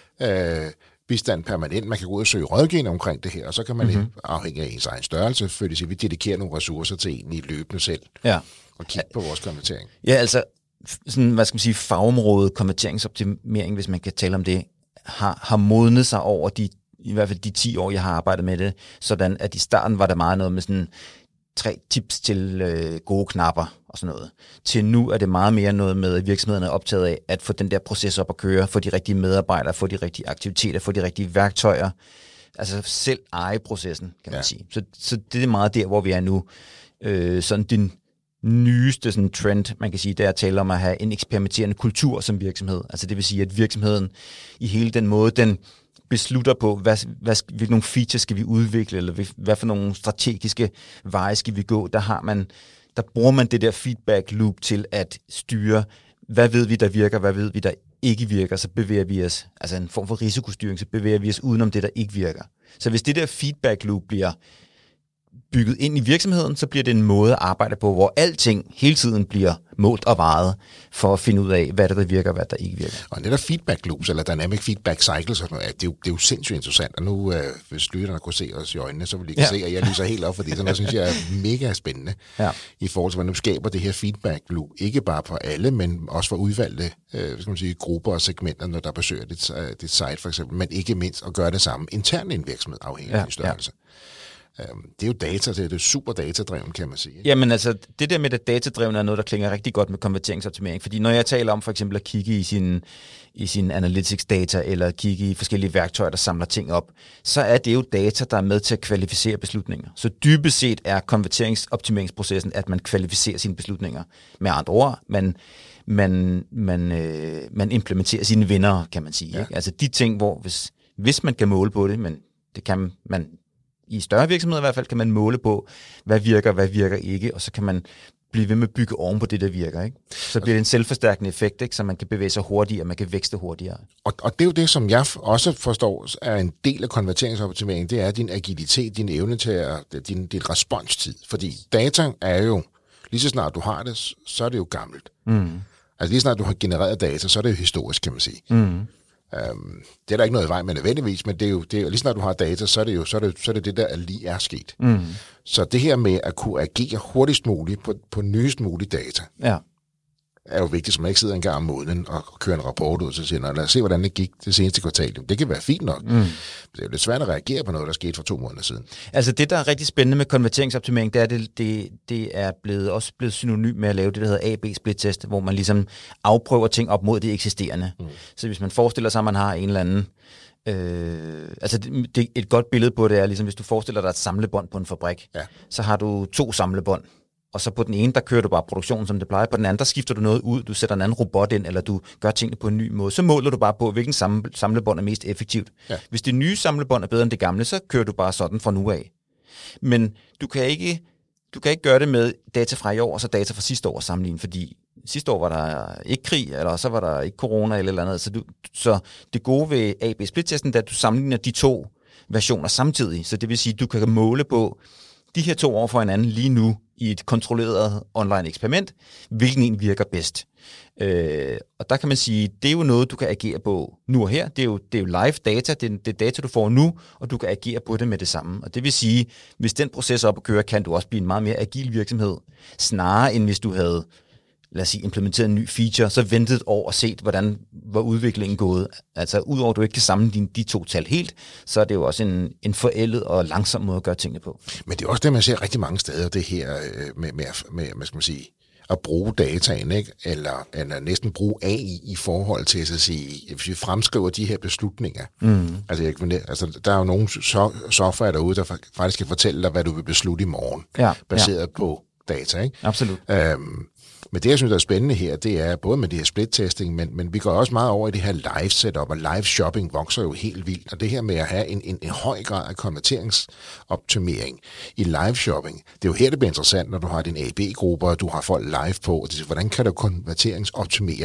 øh, bistand permanent. Man kan gå ud og søge rådgivning omkring det her, og så kan man mm-hmm. afhængig af ens egen størrelse, selvfølgelig sige, at vi dedikerer nogle ressourcer til egentlig løbende selv, ja. og kigge på vores konvertering. Ja, altså, sådan, hvad skal man sige, fagområdet, konverteringsoptimering, hvis man kan tale om det, har, har modnet sig over de, i hvert fald de ti år, jeg har arbejdet med det, sådan at i starten var der meget noget med sådan tre tips til øh, gode knapper og sådan noget. Til nu er det meget mere noget med, at virksomhederne er optaget af at få den der proces op at køre, få de rigtige medarbejdere, få de rigtige aktiviteter, få de rigtige værktøjer. Altså selv eje processen, kan man ja. sige. Så, så det er meget der, hvor vi er nu. Øh, sådan din nyeste sådan trend, man kan sige, det er at tale om at have en eksperimenterende kultur som virksomhed. Altså det vil sige, at virksomheden i hele den måde, den beslutter på, hvad, hvad, hvilke nogle features skal vi udvikle, eller hvad for nogle strategiske veje skal vi gå. Der har man, der bruger man det der feedback loop til at styre, hvad ved vi, der virker, hvad ved vi, der ikke virker, så bevæger vi os, altså en form for risikostyring, så bevæger vi os udenom det, der ikke virker. Så hvis det der feedback loop bliver bygget ind i virksomheden, så bliver det en måde at arbejde på, hvor alting hele tiden bliver målt og vejet for at finde ud af, hvad der, der virker og hvad der ikke virker. Og det der feedback loops, eller dynamic feedback cycles, det er jo, det er jo sindssygt interessant. Og nu, øh, hvis lytterne kunne se os i øjnene, så vil de ja. se, at jeg lyser helt op, fordi sådan noget synes jeg er mega spændende ja. i forhold til, hvordan man skaber det her feedback loop. Ikke bare for alle, men også for udvalgte øh, skal man sige, grupper og segmenter, når der besøger dit, øh, dit site for eksempel, men ikke mindst at gøre det samme internt i en virksomhed, afhængig af ja. størrelse. Ja. Det er jo data, det er super datadrevet, kan man sige. Ikke? Jamen altså, det der med det datadrevne er noget, der klinger rigtig godt med konverteringsoptimering, fordi når jeg taler om for eksempel at kigge i sin, i sin analytics data, eller kigge i forskellige værktøjer, der samler ting op, så er det jo data, der er med til at kvalificere beslutninger. Så dybest set er konverteringsoptimeringsprocessen, at man kvalificerer sine beslutninger. Med andre ord, man, man, man, øh, man implementerer sine vinder, kan man sige. Ja. Ikke? Altså de ting, hvor hvis, hvis man kan måle på det, men det kan man i større virksomheder i hvert fald, kan man måle på, hvad virker, hvad virker ikke, og så kan man blive ved med at bygge oven på det, der virker. Ikke? Så bliver det en selvforstærkende effekt, ikke? Så man kan bevæge sig hurtigere, man kan vækste hurtigere. Og, og det er jo det, som jeg også forstår, er en del af konverteringsoptimering, det er din agilitet, din evne til at, din, din responstid. Fordi data er jo, lige så snart du har det, så er det jo gammelt. Mm. Altså lige snart du har genereret data, så er det jo historisk, kan man sige. Mm. Um, det er der ikke noget i vej med nødvendigvis, men det er jo, det er jo lige snart du har data, så er det jo så er det, så er det, det der lige er sket. Mm. Så det her med at kunne agere hurtigst muligt på, på nyest muligt data, ja. er jo vigtigt, så man ikke sidder en gang om måneden og kører en rapport ud, og så siger, lad os se, hvordan det gik det seneste kvartal. Det kan være fint nok. Mm. Det er jo lidt svært at reagere på noget, der skete for to måneder siden. Altså det, der er rigtig spændende med konverteringsoptimering, det er, det, det, det er blevet, også blevet synonym med at lave det, der hedder A B split-test, hvor man ligesom afprøver ting op mod det eksisterende. Mm. Så hvis man forestiller sig, at man har en eller anden Øh, altså det, det, et godt billede på det er, ligesom hvis du forestiller dig et samlebånd på en fabrik, ja. så har du to samlebånd. Og så på den ene, der kører du bare produktionen, som det plejer. På den anden, der skifter du noget ud. Du sætter en anden robot ind, eller du gør tingene på en ny måde. Så måler du bare på, hvilken samlebånd er mest effektivt. Ja. Hvis det nye samlebånd er bedre end det gamle, så kører du bare sådan fra nu af. Men du kan ikke, du kan ikke gøre det med data fra i år, og så data fra sidste år sammenlignet, fordi sidste år var der ikke krig, eller så var der ikke corona, eller eller andet. Så, du, så det gode ved A B split-testen, er, at du sammenligner de to versioner samtidig. Så det vil sige, at du kan måle på de her to år for hinanden lige nu, i et kontrolleret online eksperiment, hvilken en virker bedst. Øh, og der kan man sige, det er jo noget, du kan agere på nu og her. Det er jo, det er jo live data, det er, det er data, du får nu, og du kan agere på det med det samme. Og det vil sige, hvis den proces er op at køre, kan du også blive en meget mere agil virksomhed, snarere end hvis du havde, lad os sige, implementeret en ny feature, så ventet et år og set, hvordan var udviklingen gået. Altså, udover at du ikke kan sammenligne de to tal helt, så er det jo også en, en forældet og langsom måde at gøre tingene på. Men det er også det, man ser rigtig mange steder, det her med, med, med hvad skal man sige, at bruge dataen, ikke? Eller, eller næsten bruge A I i forhold til at sige, hvis vi fremskriver de her beslutninger. Mm. Altså, jeg, altså, der er jo nogle so- software derude, der faktisk kan fortælle dig, hvad du vil beslutte i morgen, ja, baseret ja. på data. Ikke? Absolut. Øhm, Men det, jeg synes, der er spændende her, det er både med det her split-testing, men, men vi går også meget over i det her live-setup, og live-shopping vokser jo helt vildt. Og det her med at have en, en, en høj grad af konverteringsoptimering i live-shopping, det er jo her, det bliver interessant, når du har dine A B-grupper, og du har folk live på, og det, hvordan kan du konverteringsoptimere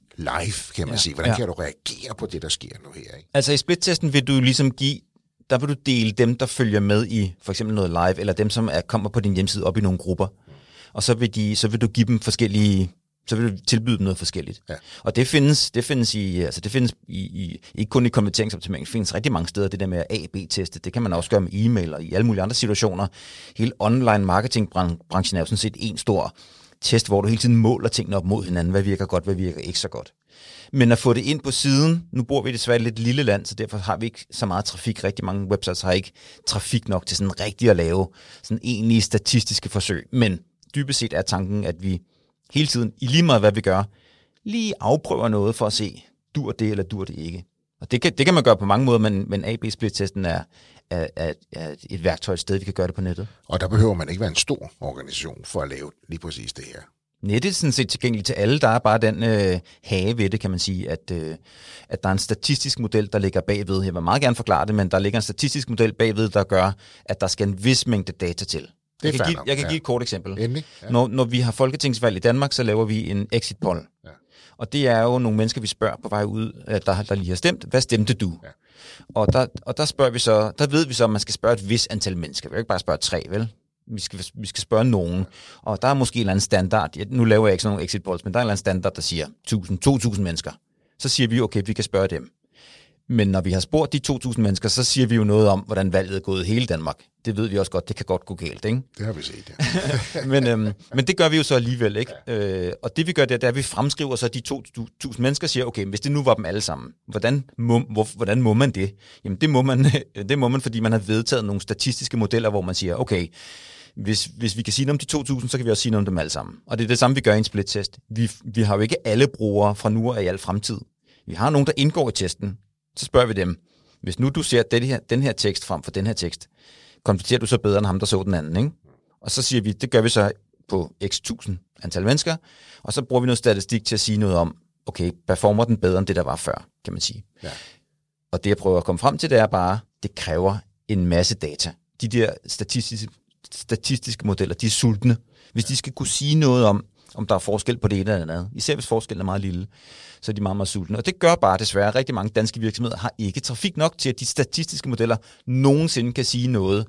live, kan man ja. sige. Hvordan ja. kan du reagere på det, der sker nu her? Ikke? Altså i split-testen vil du ligesom give, der vil du dele dem, der følger med i for eksempel noget live, eller dem, som er, kommer på din hjemmeside op i nogle grupper. Mm. Og så vil, de, så vil du give dem forskellige, så vil du tilbyde dem noget forskelligt. Ja. Og det findes, det findes i, altså det findes i, i, ikke kun i konverteringsoptimering, det findes rigtig mange steder, det der med A B teste, det kan man også gøre med e-mail og i alle mulige andre situationer. Hele online marketingbranchen er jo sådan set en stor test, hvor du hele tiden måler tingene op mod hinanden, hvad virker godt, hvad virker ikke så godt. Men at få det ind på siden, nu bor vi desværre i et lidt lille land, så derfor har vi ikke så meget trafik. Rigtig mange websites har ikke trafik nok til sådan rigtigt at lave sådan egentlige statistiske forsøg. Men dybest set er tanken, at vi hele tiden, i lige meget hvad vi gør, lige afprøver noget for at se, dur det eller dur det ikke. Og det kan, det kan man gøre på mange måder, men, men A B-split-testen er, er, er, er et værktøj, et sted, vi kan gøre det på nettet. Og der behøver man ikke være en stor organisation for at lave lige præcis det her. Nettet er sådan set tilgængeligt til alle. Der er bare den øh, hage ved det, kan man sige, at, øh, at der er en statistisk model, der ligger bagved. Jeg vil meget gerne forklare det, men der ligger en statistisk model bagved, der gør, at der skal en vis mængde data til. Jeg kan, give, jeg kan ja. give et kort eksempel. Ja. Når, når vi har folketingsvalg i Danmark, så laver vi en exit poll. Ja. Og det er jo nogle mennesker, vi spørger på vej ud, der, der lige har stemt. Hvad stemte du? Ja. Og, der, og der spørger vi så, der ved vi så, at man skal spørge et vis antal mennesker. Vi vil ikke bare spørge tre, vel? Vi skal, vi skal spørge nogen. Og der er måske en eller anden standard. Nu laver jeg ikke sådan nogle exit polls, men der er en eller anden standard, der siger tusind, to tusind mennesker. Så siger vi, okay, vi kan spørge dem. Men når vi har spurgt de to tusind mennesker, så siger vi jo noget om, hvordan valget er gået i hele Danmark. Det ved vi også godt, det kan godt gå galt, ikke? Det har vi set, ja. men, øhm, men det gør vi jo så alligevel, ikke? Ja. Øh, og det vi gør, det er, det er, at vi fremskriver så de to tusind mennesker og siger, okay, hvis det nu var dem alle sammen, hvordan må, hvor, hvordan må man det? Jamen det må man, det må man, fordi man har vedtaget nogle statistiske modeller, hvor man siger, okay, hvis, hvis vi kan sige noget om de to tusind, så kan vi også sige noget om dem alle sammen. Og det er det samme, vi gør i en split-test. Vi, vi har jo ikke alle brugere fra nu og i al fremtid. Vi har nogen, der indgår i testen. Så spørger vi dem, hvis nu du ser den her, den her tekst frem for den her tekst, konverterer du så bedre end ham, der så den anden, ikke? Og så siger vi, det gør vi så på x tusind antal mennesker, og så bruger vi noget statistik til at sige noget om, okay, performer den bedre end det, der var før, kan man sige. Ja. Og det, jeg prøver at komme frem til, det er bare, det kræver en masse data. De der statistiske, statistiske modeller, de er sultne. Hvis de skal kunne sige noget om, om der er forskel på det ene eller andet, især hvis forskellen er meget lille, så er de meget, meget sultne. Og det gør bare desværre, at rigtig mange danske virksomheder har ikke trafik nok til, at de statistiske modeller nogensinde kan sige noget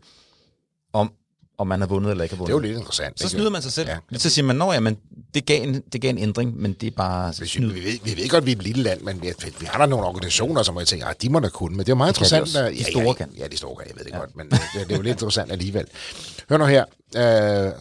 om, om man har vundet eller ikke har vundet. Det er jo lidt interessant. Så snyder man sig selv. Ja. Så siger man, nå ja, men det gav en, det gav en ændring, men det er bare snyd. Vi ved, vi ved godt, at vi er et lille land, men vi, vi har der nogle organisationer, som jeg tænker, at de må da kunne. Men det er jo meget det interessant. De, de store ja, kan. Ja, de store kan, jeg ved det ja. godt, men det, det er jo lidt interessant alligevel. Hør nu her. Øh,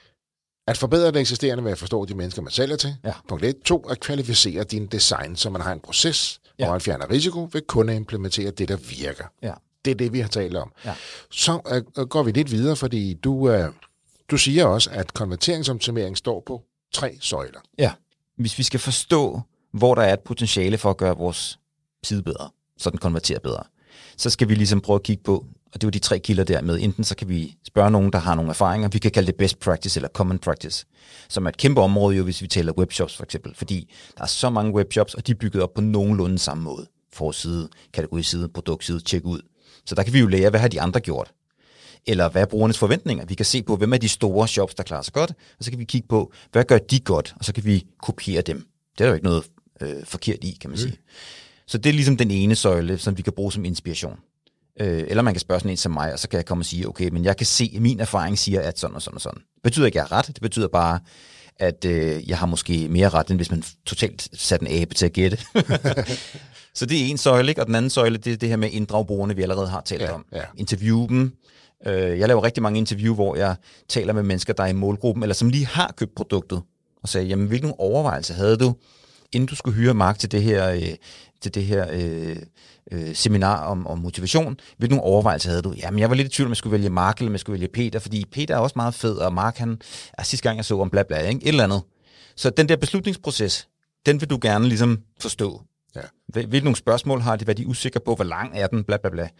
At forbedre det eksisterende ved at forstå de mennesker, man sælger til. Ja. Punkt et. To. At kvalificere din design, så man har en proces, ja. hvor man fjerner risiko ved kun at implementere det, der virker. Ja. Det er det, vi har talt om. Ja. Så uh, går vi lidt videre, fordi du, uh, du siger også, at konverteringsoptimering står på tre søjler. Ja. Hvis vi skal forstå, hvor der er et potentiale for at gøre vores side bedre, så den konverterer bedre, så skal vi ligesom prøve at kigge på, og det er jo de tre kilder der med. Enten så kan vi spørge nogen, der har nogle erfaringer. Vi kan kalde det best practice eller common practice, som er et kæmpe område, jo, hvis vi taler webshops for eksempel. Fordi der er så mange webshops, og de er bygget op på nogenlunde samme måde. Forside, kategoriside, produktside, tjek ud. Så der kan vi jo lære, hvad har de andre gjort? Eller hvad er brugernes forventninger? Vi kan se på, hvem er de store shops, der klarer sig godt, og så kan vi kigge på, hvad gør de godt, og så kan vi kopiere dem. Det er jo ikke noget øh, forkert i, kan man sige. Så det er ligesom den ene søjle, som vi kan bruge som inspiration. Eller man kan spørge sådan en som mig, og så kan jeg komme og sige, okay, men jeg kan se, at min erfaring siger, at sådan og sådan og sådan. Det betyder ikke, at jeg har ret. Det betyder bare, at øh, jeg har måske mere ret, end hvis man totalt satte en abe til at gætte. Så det er en søjle, ikke? Og den anden søjle, det er det her med at inddrage brugerne, vi allerede har talt ja, om. Ja. Interview dem. Jeg laver rigtig mange interview, hvor jeg taler med mennesker, der er i målgruppen, eller som lige har købt produktet, og sagde, jamen, hvilken overvejelse havde du, inden du skulle hyre Mark til det her, øh, til det her øh, øh, seminar om, om motivation? Hvilken overvejelse havde du? Jamen, jeg var lidt i tvivl, om jeg skulle vælge Mark, eller om jeg skulle vælge Peter, fordi Peter er også meget fed, og Mark, han er sidste gang, jeg så om bla bla, ikke? Et eller andet. Så den der beslutningsproces, den vil du gerne ligesom forstå. Ja. Hvilke nogle spørgsmål har de, hvad de er usikre på, hvor lang er den, bla bla bla.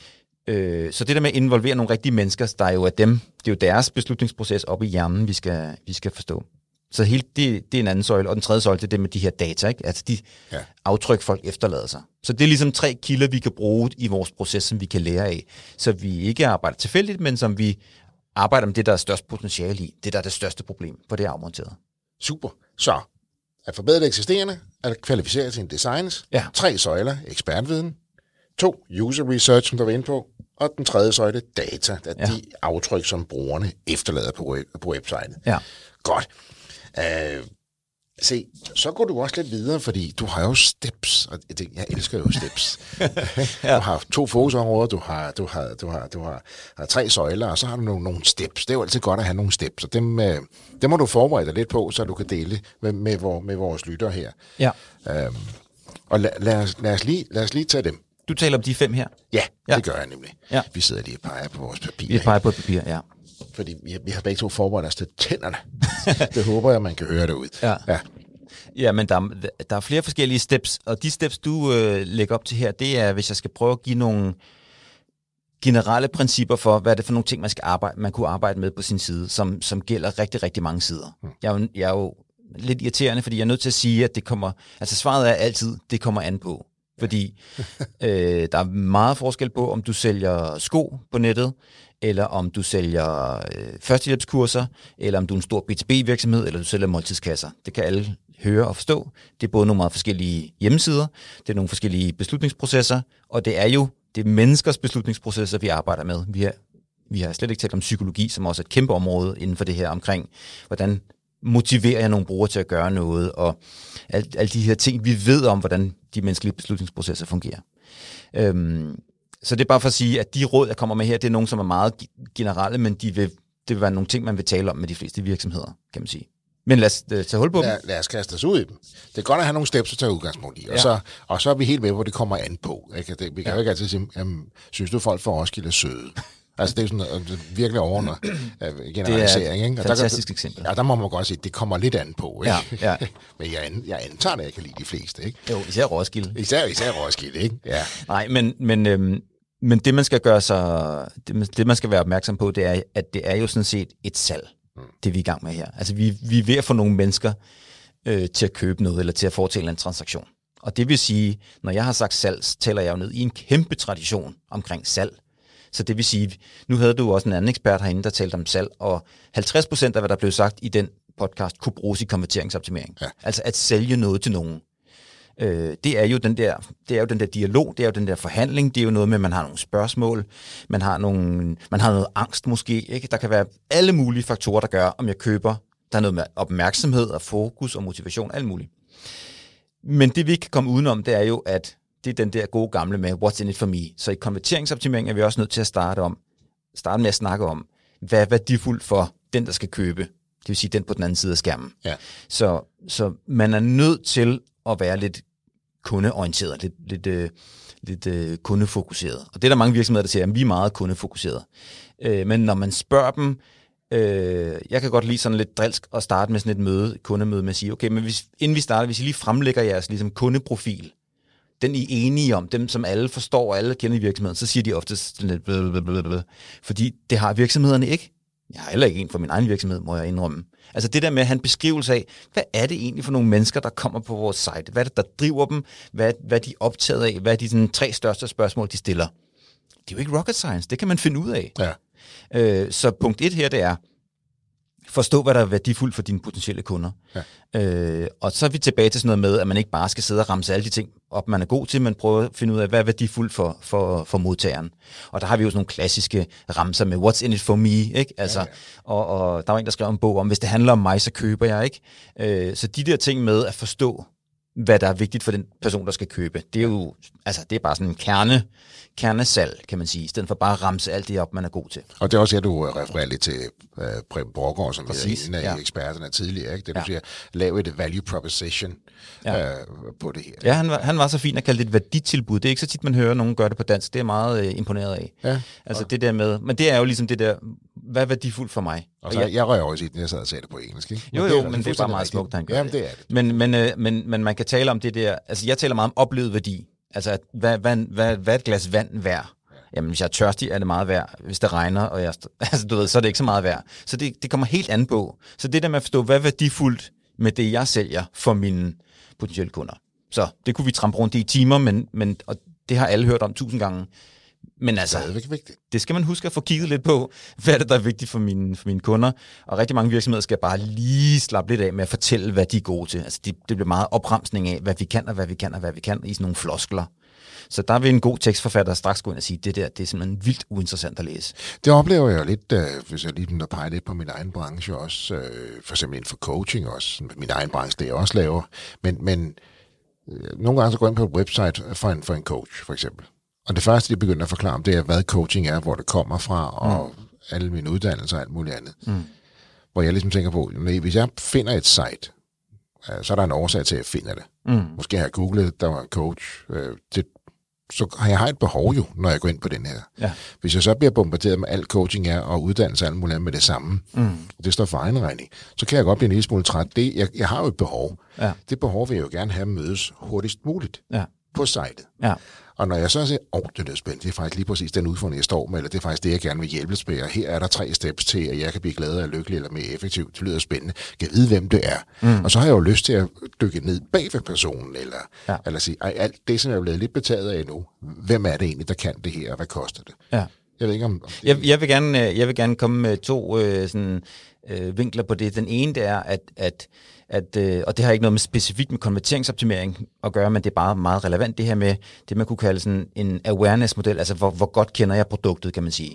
Øh, så det der med at involvere nogle rigtige mennesker, der er jo af dem, det er jo deres beslutningsproces op i hjernen, vi skal, vi skal forstå. Så helt, det, det er en anden søjle, og den tredje søjle, det er det med de her data, ikke? Altså de ja. aftryk, folk efterlader sig. Så det er ligesom tre kilder, vi kan bruge i vores proces, som vi kan lære af, så vi ikke arbejder tilfældigt, men som vi arbejder med det, der er størst potentiale i, det der er det største problem, for det er afmonteret. Super. Så at forbedre det eksisterende, at kvalificere sine designs. Ja. Tre søjler, ekspertviden. To, user research, som du var inde på. Og den tredje søjle, data, at ja. de aftryk, som brugerne efterlader på, web, på websitet. Ja. Godt. Uh, se, så går du også lidt videre, fordi du har jo steps, og det, jeg elsker jo steps. ja. Du har to fokusområder, du har, du har, du har, du har, har tre søjler, og så har du nogle, nogle steps. Det er jo altid godt at have nogle steps, og dem, uh, dem må du forberede dig lidt på, så du kan dele med, med, med, med vores lyttere her. Ja. Uh, og lad, lad, os, lad, os lige, lad os lige tage dem. Du taler om de fem her? Ja, ja. det gør jeg nemlig. Ja. Vi sidder lige og peger på vores papir. Vi peger på et papir, ja. Fordi vi, vi har begge to forberedt os til tænderne. Det håber jeg, man kan høre derude. Ja, ja. ja men der, der er flere forskellige steps, og de steps, du øh, lægger op til her, det er, hvis jeg skal prøve at give nogle generelle principper for, hvad er det for nogle ting, man skal arbejde, man kunne arbejde med på sin side, som, som gælder rigtig, rigtig mange sider. Hmm. Jeg, er jo, jeg er jo lidt irriterende, fordi jeg er nødt til at sige, at det kommer, altså svaret er altid, det kommer an på. Fordi øh, der er meget forskel på, om du sælger sko på nettet, eller om du sælger øh, førstehjælpskurser, eller om du er en stor B to B-virksomhed, eller du sælger måltidskasser. Det kan alle høre og forstå. Det er både nogle meget forskellige hjemmesider, det er nogle forskellige beslutningsprocesser, og det er jo det er menneskers beslutningsprocesser, vi arbejder med. Vi har, vi har slet ikke talt om psykologi, som også er et kæmpe område inden for det her omkring, hvordan motiverer jeg nogle brugere til at gøre noget, og alle, alle de her ting, vi ved om, hvordan de menneskelige beslutningsprocesser fungerer. Øhm, så det er bare for at sige, at de råd, jeg kommer med her, det er nogle, som er meget generelle, men de vil, det vil være nogle ting, man vil tale om med de fleste virksomheder, kan man sige. Men lad os uh, tage hul på lad, dem. Lad os kaste os ud i dem. Det er godt at have nogle steps at tage udgangspunkt i, og, ja. så, og så er vi helt med, hvor det kommer an på. Ikke? Det, vi kan ja. jo ikke altid sige, jamen, synes du, folk for Roskilde er søde? Altså, det er jo sådan en virkelig overordnet uh, generalisering. Det er et fantastisk eksempel. Ja, der må man godt sige, at det kommer lidt an på. Ikke? Ja, ja. Men jeg, jeg antager, at jeg kan lide de fleste. Ikke? Jo, især Roskilde. Især, især Roskilde, ikke? Ja. Nej, men, men, øhm, men det, man skal gøre sig, det, det, man skal være opmærksom på, det er, at det er jo sådan set et salg, mm. det vi er i gang med her. Altså, vi, vi er ved at få nogle mennesker øh, til at købe noget, eller til at foretage en transaktion. Og det vil sige, når jeg har sagt salg, tæller jeg jo ned i en kæmpe tradition omkring salg. Så det vil sige, nu havde du også en anden ekspert herinde, der talte om salg, og halvtreds procent af, hvad der blev sagt i den podcast, kunne bruges i konverteringsoptimering. Ja. Altså at sælge noget til nogen. Øh, det er jo den der, det er jo den der dialog, det er jo den der forhandling, det er jo noget med, at man har nogle spørgsmål, man har, nogle, man har noget angst måske, ikke? Der kan være alle mulige faktorer, der gør, om jeg køber. Der er noget med opmærksomhed og fokus og motivation, alt muligt. Men det vi ikke kan komme udenom, det er jo, at det er den der gode gamle med, what's in it for me. Så i konverteringsoptimering er vi også nødt til at starte, om, starte med at snakke om, hvad er værdifuldt for den, der skal købe. Det vil sige den på den anden side af skærmen. Ja. Så, så man er nødt til at være lidt kundeorienteret, lidt, lidt, øh, lidt øh, kundefokuseret. Og det er der mange virksomheder, der siger, at vi er meget kundefokuseret. Øh, men når man spørger dem, øh, jeg kan godt lide sådan lidt drilsk at starte med sådan et møde, kundemøde med at sige, okay, men hvis, inden vi starter, hvis I lige fremlægger jeres ligesom, kundeprofil, den I er enige om, dem som alle forstår og alle kender i virksomheden, så siger de ofte lidt blablabla, fordi det har virksomhederne ikke. Jeg har heller ikke en for min egen virksomhed, må jeg indrømme. Altså det der med at have en beskrivelse af, hvad er det egentlig for nogle mennesker, der kommer på vores site? Hvad er det, der driver dem? Hvad, hvad er de optaget af? Hvad er de sådan, tre største spørgsmål, de stiller? Det er jo ikke rocket science, det kan man finde ud af. Ja. Øh, så punkt et her, det er, forstå, hvad der er værdifuldt for dine potentielle kunder. Ja. Øh, og så er vi tilbage til sådan noget med, at man ikke bare skal sidde og ramse alle de ting op, man er god til, men prøve at finde ud af, hvad er værdifuldt for, for, for modtageren. Og der har vi jo sådan nogle klassiske ramser med, what's in it for me, ikke? Altså, ja, ja. Og, og der var en, der skrev en bog om, hvis det handler om mig, så køber jeg, ikke? Øh, så de der ting med at forstå, hvad der er vigtigt for den person, der skal købe, det er jo, altså, det er bare sådan en kerne, kernesalg, kan man sige, i stedet for bare at ramse alt det op, man er god til. Og det er også her, du refererer lidt til uh, Preben Borgård, som er en af ja. eksperterne tidligere, ikke? Det du ja. siger, lave et value proposition ja. uh, på det her. Ja, han var, han var så fin at kalde det et værditilbud. Det er ikke så tit, man hører nogen gøre det på dansk. Det er meget uh, imponeret af. Ja. Altså det der med, men det er jo ligesom det der, hvad er værdifuldt for mig? Og så, jeg, jeg røg også i den, jeg sad og sagde det på engelsk, ikke? Jo, jo, jo, men det er bare meget smukt, han gør Jamen, det er det. Men, men, uh, men, men man kan tale om det der, altså jeg taler meget om oplevet værdi. Altså, hvad, hvad, hvad, hvad er et glas vand værd? Jamen, hvis jeg er tørstig, er det meget værd. Hvis det regner, og jeg, altså, du ved, så er det ikke så meget værd. Så det, det kommer helt an på. Så det der med at forstå, hvad er værdifuldt med det, jeg sælger for mine potentielle kunder. Så det kunne vi trampe rundt i timer, men, men og det har alle hørt om tusind gange. Men altså, stadigvæk vigtigt. Det skal man huske at få kigget lidt på, hvad er det, der er vigtigt for mine, for mine kunder. Og rigtig mange virksomheder skal bare lige slappe lidt af med at fortælle, hvad de er gode til. Altså, det, det bliver meget opremsning af, hvad vi kan, og hvad vi kan, og hvad vi kan, i sådan nogle floskler. Så der vil en god tekstforfatter straks gå ind og sige, det der, det er simpelthen vildt uinteressant at læse. Det oplever jeg jo lidt, øh, hvis jeg lige begynder at pege lidt på min egen branche også, øh, for eksempel inden for coaching også, min egen branche, det jeg også laver. Men, men øh, nogle gange så går jeg ind på et website for en, for en coach, for eksempel. Og det første, de begynder at forklare om, det er, hvad coaching er, hvor det kommer fra, og mm. alle mine uddannelser og alt muligt andet. Mm. Hvor jeg ligesom tænker på, hvis jeg finder et site, så er der en årsag til, at jeg finder det. Mm. Måske har jeg googlet, der var en coach. Øh, det, så har jeg et behov jo, når jeg går ind på den her. Ja. Hvis jeg så bliver bombarderet med alt coaching er, og uddannelse og alt muligt med det samme, mm. og det står for egen regning, så kan jeg godt blive en lille smule træt. Det, jeg, jeg har jo et behov. Ja. Det behov vil jeg jo gerne have mødes hurtigst muligt ja. På sitet. Ja. Og når jeg så siger, åh, oh, det er spændende, det er faktisk lige præcis den udfordring, jeg står med, eller det er faktisk det, jeg gerne vil hjælpes med, og her er der tre steps til, at jeg kan blive gladere og lykkelig eller mere effektiv. Det lyder spændende. Jeg kan vide, hvem det er. Mm. Og så har jeg jo lyst til at dykke ned bag ved personen, eller, ja. Eller sige, ej, alt det, som jeg er blevet lidt betaget af nu, hvem er det egentlig, der kan det her, og hvad koster det? Ja. Jeg ved ikke, om... om det... jeg, jeg, vil gerne, jeg vil gerne komme med to øh, sådan, øh, vinkler på det. Den ene, det er, at... at At, øh, og det har ikke noget med specifikt med konverteringsoptimering at gøre, men det er bare meget relevant, det her med det, man kunne kalde sådan en awareness-model, altså hvor, hvor godt kender jeg produktet, kan man sige.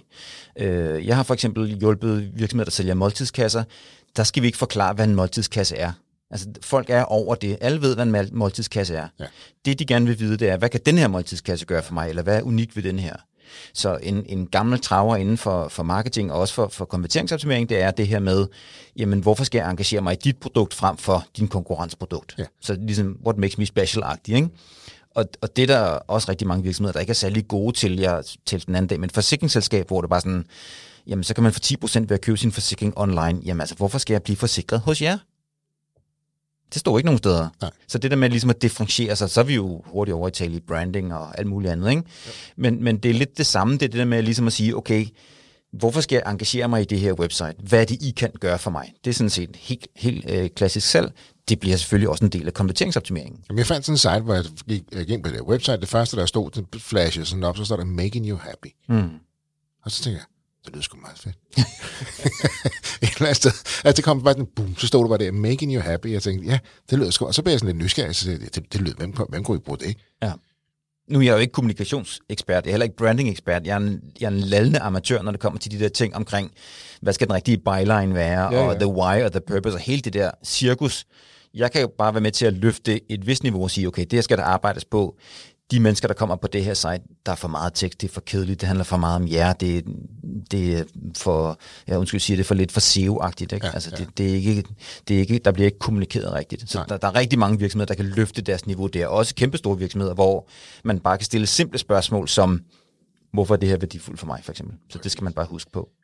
Øh, jeg har for eksempel hjulpet virksomheder, der sælger måltidskasser. Der skal vi ikke forklare, hvad en måltidskasse er. Altså folk er over det. Alle ved, hvad en måltidskasse er. Ja. Det, de gerne vil vide, det er, hvad kan den her måltidskasse gøre for mig, eller hvad er unikt ved den her? Så en, en gammel traver inden for, for marketing og også for, for konverteringsoptimering, det er det her med, jamen hvorfor skal jeg engagere mig i dit produkt frem for din konkurrenceprodukt? Ja. Så ligesom, what makes me special-agtigt, ikke? Og, og det er der også rigtig mange virksomheder, der ikke er særlig gode til. Jeg talte den anden dag med et forsikringsselskab, hvor det bare sådan, jamen så kan man få ti procent ved at købe sin forsikring online. Jamen altså, hvorfor skal jeg blive forsikret hos jer? Det står ikke nogen steder. Nej. Så det der med ligesom at differentiere sig, så er vi jo hurtigt over i tale i branding og alt muligt andet, ikke? Ja. Men, men det er lidt det samme, det er det der med ligesom at sige, okay, hvorfor skal jeg engagere mig i det her website? Hvad er det, I kan gøre for mig? Det er sådan set helt, helt øh, klassisk selv. Det bliver selvfølgelig også en del af konverteringsoptimeringen. Jamen, jeg fandt sådan en site, hvor jeg gik, jeg gik på det website. Det første, der stod, den flashede sådan op, så står der making you happy. Mm. Og så tænker jeg, det lyder sgu meget fedt. Et eller andet sted. Altså, det kom bare sådan, boom, så stod der bare der, making you happy. Jeg tænkte, ja, det lyder sgu. Og så blev jeg sådan lidt nysgerrig, så det, det, det lyder, hvem, hvem kunne I bruge det? Ja. Nu er jeg jo ikke kommunikationsekspert, jeg er heller ikke branding-ekspert. Jeg er en, jeg er en lallende amatør, når det kommer til de der ting omkring, hvad skal den rigtige byline være, ja, ja. Og the why og the purpose, og hele det der cirkus. Jeg kan jo bare være med til at løfte et vist niveau og sige, okay, det her skal der arbejdes på. De mennesker, der kommer på det her site, der er for meget tekst, det er for kedeligt, det handler for meget om jer, det, det er for, jeg undskyld sige, det er for lidt for S E O-agtigt, ikke? Ja, altså, ja. Det, det, er ikke, det er ikke, der bliver ikke kommunikeret rigtigt. Så der, der er rigtig mange virksomheder, der kan løfte deres niveau der. Også kæmpestore virksomheder, hvor man bare kan stille simple spørgsmål som, hvorfor er det her værdifuldt for mig, for eksempel. Så det skal man bare huske på.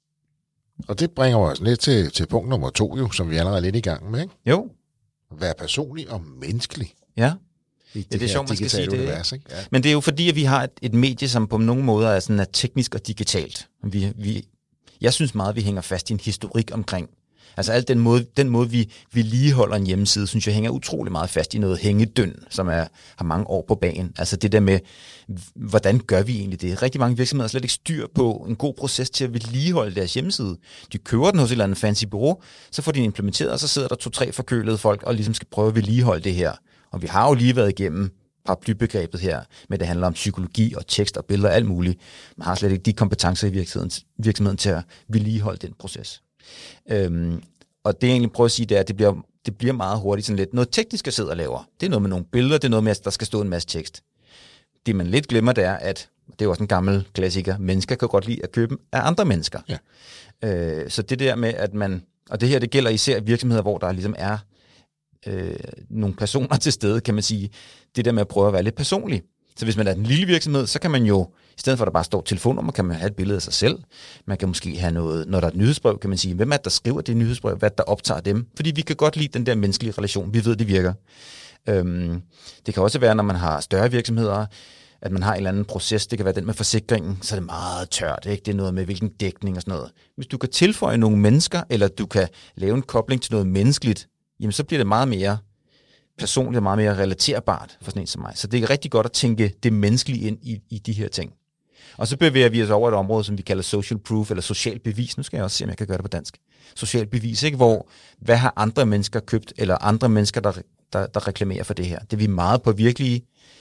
Og det bringer os lidt til, til punkt nummer to, jo, som vi allerede er lidt i gang med, ikke? Jo. Vær personlig og menneskelig. Ja. Ja, det er sjovt, man skal sige det. Univers, ikke? Ja. Men det er jo fordi, at vi har et, et medie, som på nogle måder er, sådan, er teknisk og digitalt. Vi, vi, jeg synes meget, at vi hænger fast i en historik omkring. Altså alt den måde, den måde vi vedligeholder en hjemmeside, synes jeg hænger utrolig meget fast i noget hængedøn, som er, har mange år på bagen. Altså det der med, hvordan gør vi egentlig det? Rigtig mange virksomheder har slet ikke styr på en god proces til at vedligeholde deres hjemmeside. De køber den hos et eller andet fancy bureau, så får de den implementeret, og så sidder der to-tre forkølede folk og ligesom skal prøve at vedligeholde det her. Og vi har jo lige været igennem paraplybegrebet her, men det handler om psykologi og tekst og billeder og alt muligt. Man har slet ikke de kompetencer i virksomheden, virksomheden til at vedligeholde den proces. Øhm, og det jeg egentlig prøver at sige, det er, at det bliver, det bliver meget hurtigt sådan lidt noget teknisk, jeg sidder og laver. Det er noget med nogle billeder, det er noget med, at der skal stå en masse tekst. Det man lidt glemmer, det er, at det er jo også en gammel klassiker, mennesker kan godt lide at købe af andre mennesker. Ja. Øh, så det der med, at man, og det her, det gælder især virksomheder, hvor der ligesom er Øh, nogle personer til stede, kan man sige, det der med at prøve at være lidt personlig. Så hvis man er en lille virksomhed, så kan man jo, i stedet for at der bare står telefonnummer, kan man have et billede af sig selv. Man kan måske have noget, når der er et nyhedsbrev, kan man sige, hvem er det, der skriver det nyhedsbrev, hvad der optager dem? Fordi vi kan godt lide den der menneskelige relation, vi ved, det virker. Øhm, det kan også være, når man har større virksomheder, at man har en eller anden proces, det kan være den med forsikringen, så er det meget tørt, ikke? Det er noget med hvilken dækning og sådan noget. Hvis du kan tilføje nogle mennesker, eller du kan lave en kobling til noget menneskeligt, jamen så bliver det meget mere personligt og meget mere relaterbart for sådan en som mig. Så det er rigtig godt at tænke det menneskelige ind i, i de her ting. Og så bevæger vi os over et område, som vi kalder social proof, eller social bevis. Nu skal jeg også se, om jeg kan gøre det på dansk. Social bevis, ikke? Hvor, hvad har andre mennesker købt, eller andre mennesker, der, der, der reklamerer for det her? Det er vi meget på virkelig,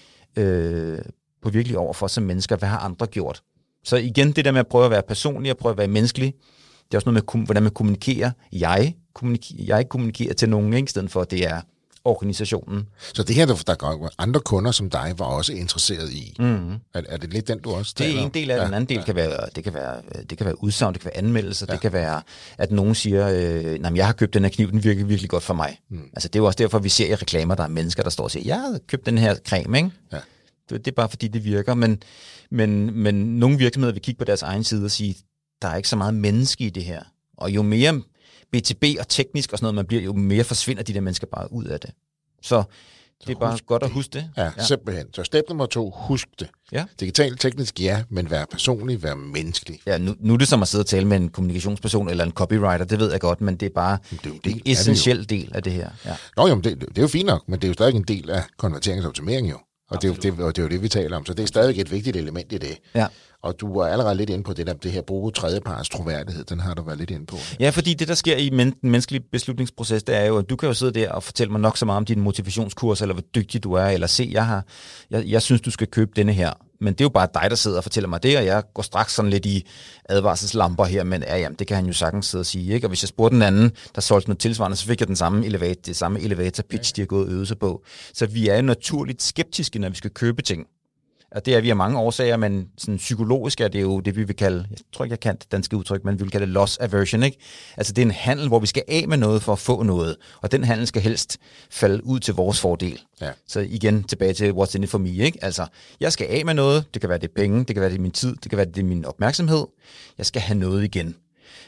øh, på virkelig over for som mennesker. Hvad har andre gjort? Så igen, det der med at prøve at være personlig, og prøve at være menneskelig, det er også noget med, hvordan man kommunikerer. Jeg kommunikerer, jeg kommunikerer til nogen, ikke? I stedet for, at det er organisationen. Så det her, der, der andre kunder som dig, var også interesseret i. Mm-hmm. Er, er det lidt den, du også taler om? Det er en del af ja, den anden del. Ja. Kan være, det, kan være, det kan være udsagn, det kan være anmeldelser, ja. Det kan være, at nogen siger, øh, nej, jeg har købt den her kniv, den virker virkelig godt for mig. Mm. Altså, det er jo også derfor, vi ser i reklamer, der er mennesker, der står og siger, jeg har købt den her creme, ikke? Ja. Det, det er bare fordi, det virker. Men, men, men nogle virksomheder vil kigge på deres egen side og sige, der er ikke så meget menneske i det her. Og jo mere B to B og teknisk og sådan noget man bliver, jo mere forsvinder de der mennesker bare ud af det. Så det er bare godt at huske det. Ja, ja, simpelthen. Så step nummer to, husk det. Ja. Digitalt, teknisk, ja, men vær personlig, vær menneskelig. Ja, nu, nu er det som at sidde og tale med en kommunikationsperson eller en copywriter, det ved jeg godt, men det er bare det er en, en essentiel del af det her. Ja. Nå jo, det, det er jo fint nok, men det er jo stadig en del af konverteringsoptimering jo. Og det, det, og det er jo det, vi taler om. Så det er stadig et vigtigt element i det. Ja. Og du var allerede lidt inde på det der, det her bruge tredjeparts troværdighed. Den har du været lidt inde på. Ja, fordi det, der sker i den menneskelige beslutningsproces, det er jo, at du kan jo sidde der og fortælle mig nok så meget om din motivationskurs, eller hvor dygtig du er, eller se, jeg, har, jeg, jeg synes, du skal købe denne her. Men det er jo bare dig, der sidder og fortæller mig det, og jeg går straks sådan lidt i advarselslamper her, men ja, jamen, det kan han jo sagtens sidde og sige, ikke? Og hvis jeg spurgte den anden, der solgte noget tilsvarende, så fik jeg den samme elevator, det samme elevator pitch, de har gået og øvet sig på. Så vi er jo naturligt skeptiske, når vi skal købe ting. Og det er vi af mange årsager, men sådan psykologisk er det jo det, vi vil kalde, jeg tror ikke, jeg kan det danske udtryk, men vi vil kalde det loss aversion, ikke? Altså det er en handel, hvor vi skal af med noget for at få noget, og den handel skal helst falde ud til vores fordel. Ja. Så igen tilbage til what's in it for me, ikke? Altså, jeg skal af med noget, det kan være det penge, det kan være det min tid, det kan være det min opmærksomhed, jeg skal have noget igen.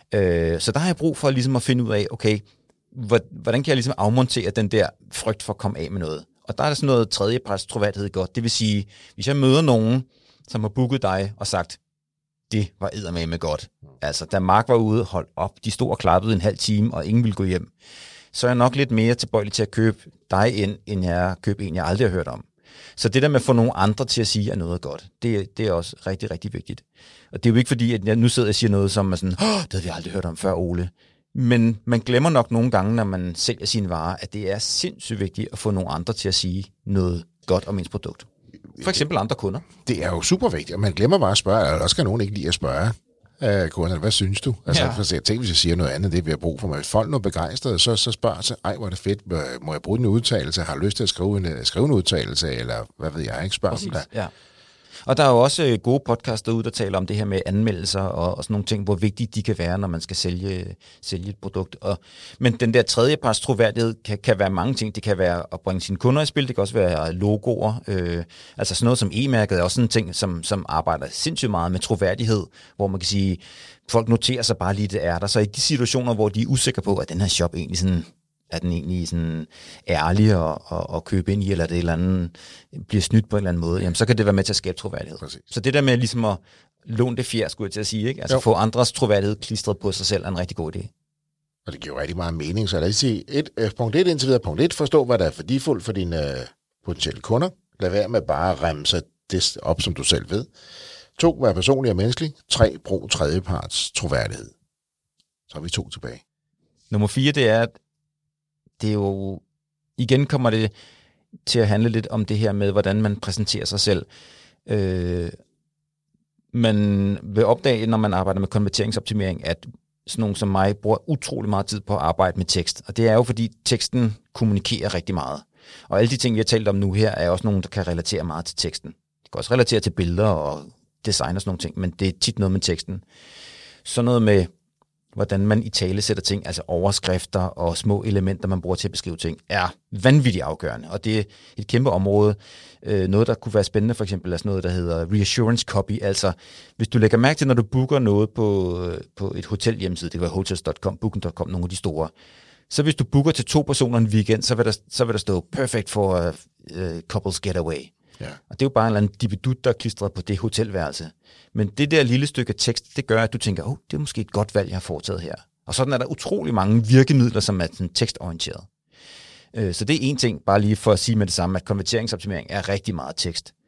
Øh, så der har jeg brug for ligesom at finde ud af, okay, hvordan kan jeg ligesom afmontere den der frygt for at komme af med noget? Og der er der sådan noget tredjeparts troværdighed godt. Det vil sige, hvis jeg møder nogen, som har booket dig og sagt, det var eddermame godt. Altså, da Mark var ude, hold op, de stod og klappede en halv time, og ingen ville gå hjem. Så er jeg nok lidt mere tilbøjelig til at købe dig ind, end jeg køber en, jeg aldrig har hørt om. Så det der med at få nogle andre til at sige, at noget er godt, det, det er også rigtig, rigtig vigtigt. Og det er jo ikke fordi, at jeg nu sidder og siger noget, som er sådan, åh, det har vi aldrig hørt om før, Ole. Men man glemmer nok nogle gange, når man sælger sine varer, at det er sindssygt vigtigt at få nogle andre til at sige noget godt om ens produkt. For eksempel andre kunder. Det er jo super vigtigt, og man glemmer bare at spørge, eller også kan nogen ikke lide at spørge uh, kunderne, hvad synes du? Altså, ja. For jeg tænker, hvis jeg siger noget andet, det vi har brug for mig. Hvis folk er begejstrede, så, så spørger sig, ej, hvor er det fedt, må jeg bruge en udtalelse? Har du lyst til at skrive en, skrive en udtalelse, eller hvad ved jeg, ikke? Spørg dem da. Ja. Og der er jo også gode podcasts derude, der taler om det her med anmeldelser og, og sådan nogle ting, hvor vigtigt de kan være, når man skal sælge, sælge et produkt. Og, men den der tredjeparts troværdighed kan, kan være mange ting. Det kan være at bringe sine kunder i spil, det kan også være logoer. Øh, altså sådan noget som e-mærket er også sådan en ting, som, som arbejder sindssygt meget med troværdighed, hvor man kan sige, folk noterer sig bare lige, det er der. Så i de situationer, hvor de er usikre på, at den her shop egentlig sådan... er den egentlig sådan ærlig at, at, at købe ind i, eller det eller andet bliver snydt på en eller anden måde, jamen så kan det være med til at skabe troværdighed. Præcis. Så det der med ligesom at låne det fjer, skulle jeg til at sige, ikke? Altså jo. Få andres troværdighed klistret på sig selv er en rigtig god idé. Og det giver jo rigtig meget mening, så lad os sige, et, punkt et indtil videre, punkt et, forstå, hvad der er værdifuldt for dine uh, potentielle kunder. Lad være med bare at remse det op, som du selv ved. To, vær personlig og menneskelig. Tre, brug tredjeparts troværdighed. Så er vi to tilbage. Nummer fire, det er, at det er jo, igen kommer det til at handle lidt om det her med, hvordan man præsenterer sig selv. Øh, man vil opdage, når man arbejder med konverteringsoptimering, at sådan nogen som mig bruger utrolig meget tid på at arbejde med tekst. Og det er jo, fordi teksten kommunikerer rigtig meget. Og alle de ting, vi har talt om nu her, er også nogen, der kan relatere meget til teksten. Det kan også relatere til billeder og design og sådan nogle ting, men det er tit noget med teksten. Så noget med hvordan man i tale sætter ting, altså overskrifter og små elementer, man bruger til at beskrive ting, er vanvittigt afgørende. Og det er et kæmpe område. Noget, der kunne være spændende, for eksempel, er sådan noget, der hedder reassurance copy. Altså, hvis du lægger mærke til, når du booker noget på, på et hotelhjemmeside, det kan være hotels punktum com, booking punktum com, nogle af de store, så hvis du booker til to personer en weekend, så vil der, så vil der stå perfect for uh, couples getaway. Ja. Og det er jo bare en eller anden dibidut, der er klistret på det hotelværelse. Men det der lille stykke tekst, det gør, at du tænker, åh, oh, det er måske et godt valg, jeg har foretaget her. Og sådan er der utrolig mange virkemidler, som er sådan tekstorienteret. Så det er en ting, bare lige for at sige med det samme, at konverteringsoptimering er rigtig meget tekst.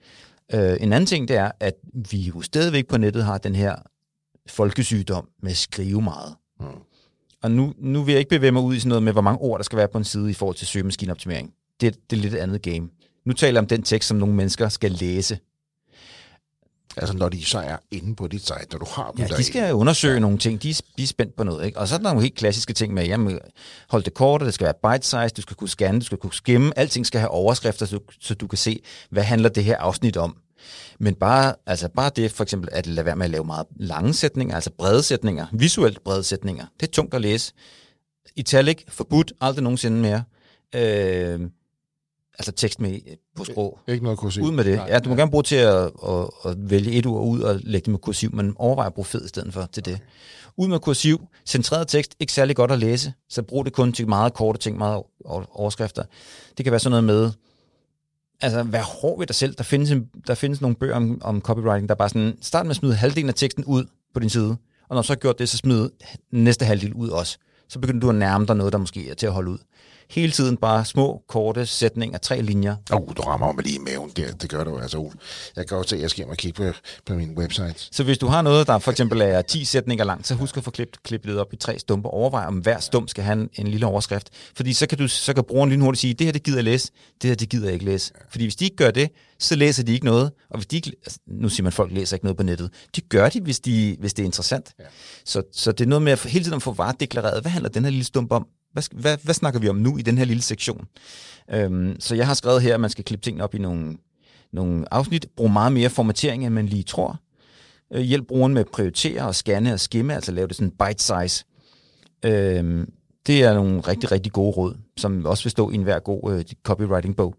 Øh, en anden ting, det er, at vi jo stadigvæk på nettet har den her folkesygdom med at skrive meget. Mm. Og nu, nu vil jeg ikke bevæge mig ud i sådan noget med, hvor mange ord, der skal være på en side i forhold til søgemaskineoptimering. Det, det er lidt et andet game. Nu taler jeg om den tekst, som nogle mennesker skal læse. Altså når de så er inde på dit site, når du har dem ja, de skal undersøge ja. nogle ting, de er, de er spændt på noget. Ikke? Og så er der nogle helt klassiske ting med, jamen, hold det kort, det skal være bite-size, du skal kunne scanne, du skal kunne skimme, alting skal have overskrifter, så, så du kan se, hvad handler det her afsnit om. Men bare, altså bare det for eksempel, at lade være med at lave meget lange sætninger, altså brede sætninger, visuelt brede sætninger, det er tungt at læse. Italic, forbudt, aldrig nogensinde mere. Øh, altså tekst med på sprog. Ikke noget kursiv. Ud med det. Ja, du må gerne bruge til at, at, at vælge et ord ud og lægge det med kursiv, men overvej at bruge fed i stedet for til det. Okay. Ud med kursiv, centreret tekst, ikke særlig godt at læse, så brug det kun til meget korte ting, meget overskrifter. Det kan være sådan noget med, altså vær hård ved dig selv. Der findes, en, der findes nogle bøger om, om copywriting, der bare sådan, start med at smide halvdelen af teksten ud på din side, og når du så har gjort det, så smid næste halvdel ud også. Så begynder du at nærme dig noget, der måske er til at holde ud. Hele tiden bare små, korte sætninger, tre linjer. Åh, oh, du rammer mig lige i maven der. Det gør du altså. Jeg kan også se, at jeg skal hjem og kigge på, på min website. Så hvis du har noget, der for eksempel er ti sætninger langt, så husk at få klippet, klippet det op i tre stumper. Overvej, om hver stump skal have en, en lille overskrift. Fordi så kan, du, så kan brugeren lynhurtigt sige, det her det gider jeg læse, det her det gider jeg ikke læse. Fordi hvis de ikke gør det, så læser de ikke noget. Og hvis de ikke, altså, nu siger man, at folk læser ikke noget på nettet. De gør det, hvis, de, hvis det er interessant. Ja. Så, så det er noget med at hele tiden at få varedeklareret, hvad handler den her lille stump om? Hvad, hvad, hvad snakker vi om nu i den her lille sektion? Øhm, så jeg har skrevet her, at man skal klippe tingene op i nogle, nogle afsnit. Brug meget mere formatering, end man lige tror. Øh, hjælp brugeren med at prioritere og scanne og skimme, altså lave det sådan bite size. Øhm, det er nogle rigtig, rigtig gode råd, som også vil stå i enhver god øh, copywriting-bog.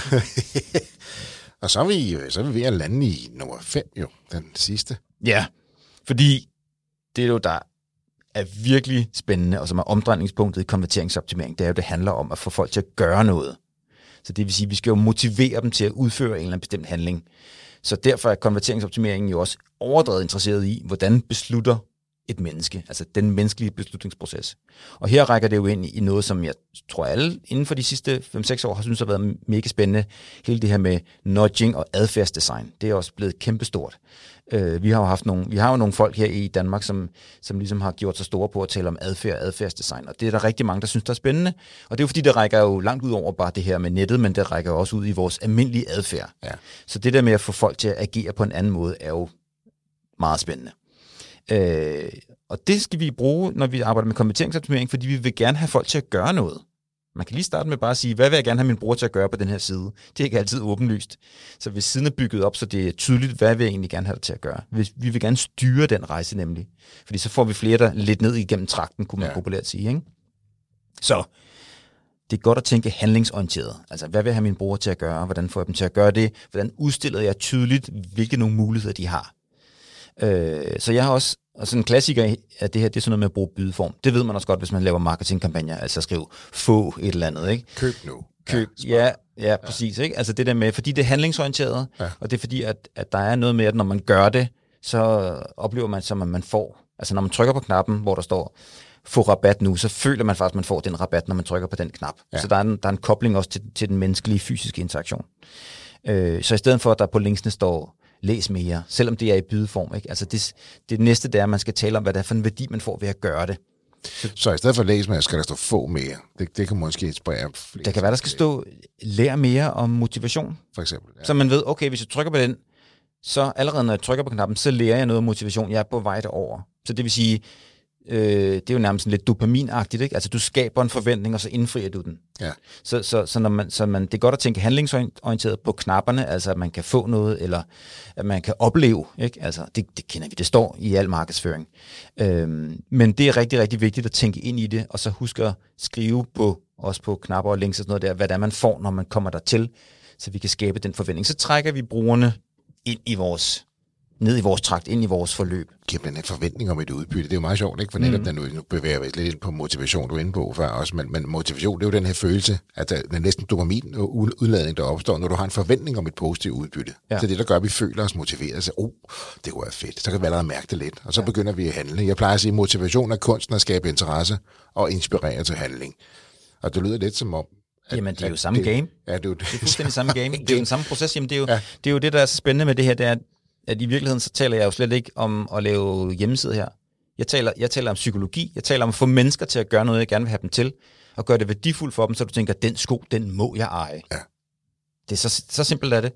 Og så er, vi, så er vi ved at lande i nummer fem, jo, den sidste. Ja, fordi det er jo der er virkelig spændende, og som er omdrejningspunktet i konverteringsoptimering, det er jo, det handler om at få folk til at gøre noget. Så det vil sige, at vi skal jo motivere dem til at udføre en eller anden bestemt handling. Så derfor er konverteringsoptimeringen jo også overdrevet interesseret i, hvordan beslutter et menneske, altså den menneskelige beslutningsproces. Og her rækker det jo ind i noget, som jeg tror alle inden for de sidste fem seks år har synes har været mega spændende. Hele det her med nudging og adfærdsdesign, det er også blevet kæmpestort. Uh, vi har jo haft nogle, vi har jo nogle folk her i Danmark, som, som ligesom har gjort sig store på at tale om adfærd og adfærdsdesign, og det er der rigtig mange, der synes, der er spændende. Og det er jo fordi, det rækker jo langt ud over bare det her med nettet, men det rækker også ud i vores almindelige adfærd. Ja. Så det der med at få folk til at agere på en anden måde, er jo meget spændende. Øh, og det skal vi bruge, når vi arbejder med konverteringsoptimering, fordi vi vil gerne have folk til at gøre noget. Man kan lige starte med bare at sige, hvad vil jeg gerne have min bruger til at gøre på den her side? Det er ikke altid åbenlyst. Så hvis siden er bygget op, så det er tydeligt, hvad vil jeg egentlig gerne have dig til at gøre? Vi vil gerne styre den rejse nemlig. Fordi så får vi flere, der lidt ned igennem trakten, kunne man ja. populært sige. Ikke? Så det er godt at tænke handlingsorienteret. Altså, hvad vil jeg have min bruger til at gøre? Hvordan får jeg dem til at gøre det? Hvordan udstiller jeg tydeligt, hvilke nogle muligheder de har? Øh, så jeg har også, og sådan en klassiker af det her, det er sådan noget med at bruge bydeform. Det ved man også godt, hvis man laver marketingkampagner, altså skrive få et eller andet, ikke? Køb nu. Køb, ja, ja, ja præcis, ikke? Altså det der med, fordi det er handlingsorienteret, ja. og det er fordi, at, at der er noget med, at når man gør det, så oplever man som, at man får, altså når man trykker på knappen, hvor der står, få rabat nu, så føler man faktisk, at man får den rabat, når man trykker på den knap. Ja. Så der er, en, der er en kobling også til, til den menneskelige, fysiske interaktion. Øh, så i stedet for, at der på linksene står, læs mere, selvom det er i bydeform. Ikke? Altså det, det næste, det er, at man skal tale om, hvad det er for en værdi, man får ved at gøre det. Så, så i stedet for at læse mere, skal der stå få mere. Det, det kan måske inspirere flere. Der kan være, der skal stå, lær mere om motivation. For eksempel. Ja. Så man ved, okay, hvis jeg trykker på den, så allerede når jeg trykker på knappen, så lærer jeg noget om motivation. Jeg er på vej derover. Så det vil sige, øh, det er jo nærmest lidt dopaminagtigt, ikke? Altså du skaber en forventning, og så indfrier du den. Ja. Så, så, så, når man, så man, det er godt at tænke handlingsorienteret på knapperne, altså at man kan få noget, eller at man kan opleve, ikke? Altså det, det kender vi, det står i al markedsføring. Øhm, men det er rigtig, rigtig vigtigt at tænke ind i det, og så huske at skrive på, også på knapper og links og sådan noget der, hvad det er, man får, når man kommer dertil, så vi kan skabe den forventning. Så trækker vi brugerne ind i vores ned i vores trakt, ind i vores forløb. Giver man en forventning om et udbytte. Det er jo meget sjovt, ikke? For netop, mm. nu, nu bevæger vi lidt ind på motivation, du er inde på før også, men, men motivation, det er jo den her følelse, at der er næsten dopamin og udladning, der opstår, når du har en forventning om et positivt udbytte. Ja. Så det, der gør, at vi føler os motiveret, så oh, det kunne være fedt. Så kan vi allerede mærke det lidt, og så ja. begynder vi at handle. Jeg plejer at sige, at motivation er kunsten at skabe interesse og inspirere til handling. Og det lyder lidt som om, At, Jamen, det er jo at, samme det, game. Ja, det er jo det. Det er fuldstændig samme game. Det er jo den samme proces. Jamen, det er jo, ja. det er jo det, der er så spændende med det her, det er, at i virkeligheden, så taler jeg jo slet ikke om at lave hjemmeside her. Jeg taler, jeg taler om psykologi. Jeg taler om at få mennesker til at gøre noget, jeg gerne vil have dem til, og gøre det værdifuldt for dem, så du tænker, den sko, den må jeg eje. Ja. Det er så, så simpelt er det.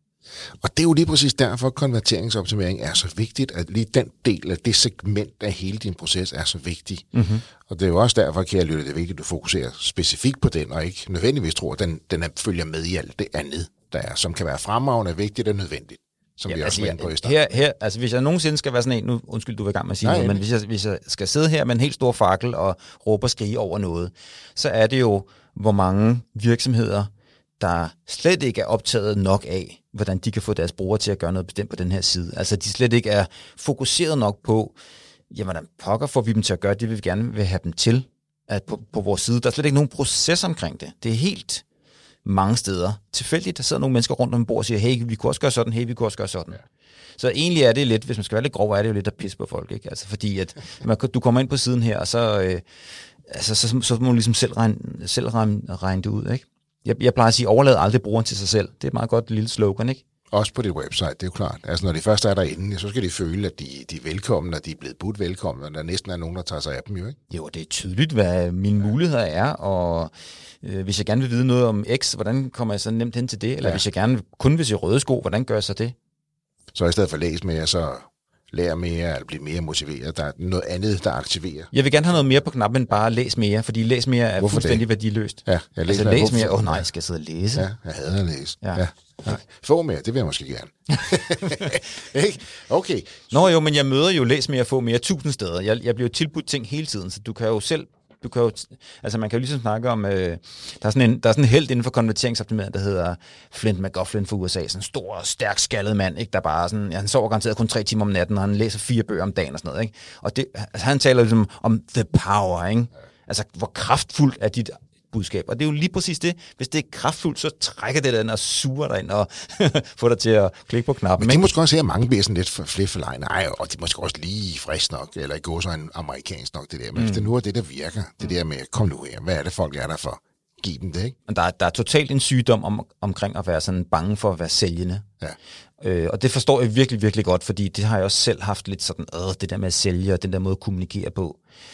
Og det er jo lige præcis derfor, at konverteringsoptimering er så vigtigt, at lige den del af det segment af hele din proces er så vigtig. Mm-hmm. Og det er jo også derfor, kære lytter, det er vigtigt, at du fokuserer specifikt på den, og ikke nødvendigvis tror, at den, den er, følger med i alt det andet, der er, som kan være fremragende, vigtigt og nødvendigt, som ja, vi også altså, var inde på i starten. Her, her, altså hvis jeg nogensinde skal være sådan en, nu undskyld, du var i gang med at sige Nej, noget, men hvis jeg, hvis jeg skal sidde her med en helt stor fakkel og råbe og skrige over noget, så er det jo, hvor mange virksomheder, der slet ikke er optaget nok af, hvordan de kan få deres brugere til at gøre noget bestemt på den her side. Altså, de slet ikke er fokuseret nok på, jamen, hvordan pokker får vi dem til at gøre det, vi gerne vil have dem til at på, på vores side. Der er slet ikke nogen proces omkring det. Det er helt mange steder tilfældigt. Der sidder nogle mennesker rundt om bord og siger, hey, vi kunne også gøre sådan, hey, vi kunne også gøre sådan. Ja. Så egentlig er det lidt, hvis man skal være lidt grov, er det jo lidt at pisse på folk, ikke? Altså, fordi at man, du kommer ind på siden her, og så, øh, altså, så, så, så må du ligesom selv regne, selv regne, regne det ud, ikke? Jeg, jeg plejer at sige, overlad aldrig brugeren til sig selv. Det er et meget godt lille slogan, ikke? Også på dit website, det er jo klart. Altså, når de først er derinde, så skal de føle, at de, de er velkomne, og de er blevet budt velkomne, og der næsten er nogen, der tager sig af dem, jo, ikke? Jo, det er tydeligt, hvad mine muligheder er, og øh, hvis jeg gerne vil vide noget om X, hvordan kommer jeg så nemt hen til det? Eller ja. Hvis jeg gerne kun vil se røde sko, hvordan gør jeg så det? Så i stedet for at læse mere, så lære mere, eller blive mere motiveret. Der er noget andet, der aktiverer. Jeg vil gerne have noget mere på knappen, end bare læs mere, fordi læs mere er Hvorfor fuldstændig det? værdiløst. Ja, jeg læser altså, læs mere. Åh oh, nej, skal jeg sidde og læse? Ja, jeg hader at læse. Ja. Ja. Ja. Få mere, det vil jeg måske gerne. Ikke? Okay. Nå jo, men jeg møder jo læs mere, få mere tusind steder. Jeg, jeg bliver jo tilbudt ting hele tiden, så du kan jo selv Du kan jo, altså man kan jo ligesom snakke om, øh, der er sådan en, der er sådan en helt inden for konverteringsoptimering, der hedder Flint McGofflin fra U S A, sådan en stor, stærk, skaldet mand, ikke, der bare sådan, ja, han sover garanteret kun tre timer om natten, og han læser fire bøger om dagen og sådan noget, ikke? Og det, altså, han taler ligesom om the power, ikke? Altså, hvor kraftfuldt er dit budskab. Og det er jo lige præcis det. Hvis det er kraftfuldt, så trækker det den og suger dig ind og får dig til at klikke på knappen. Men det er måske også her, at mange bliver sådan lidt for for Nej, og det er måske også lige frisk nok, eller i går så en amerikansk nok, det der. Men mm. hvis det nu er det, der virker, det der med, kom nu her, hvad er det, folk er der for? Giv dem det, ikke? Der er, der er totalt en sygdom om, omkring at være sådan bange for at være sælgende. Ja. Øh, og det forstår jeg virkelig, virkelig godt, fordi det har jeg også selv haft lidt sådan, øh, det der med at sælge, og den der måde at kommunikere på.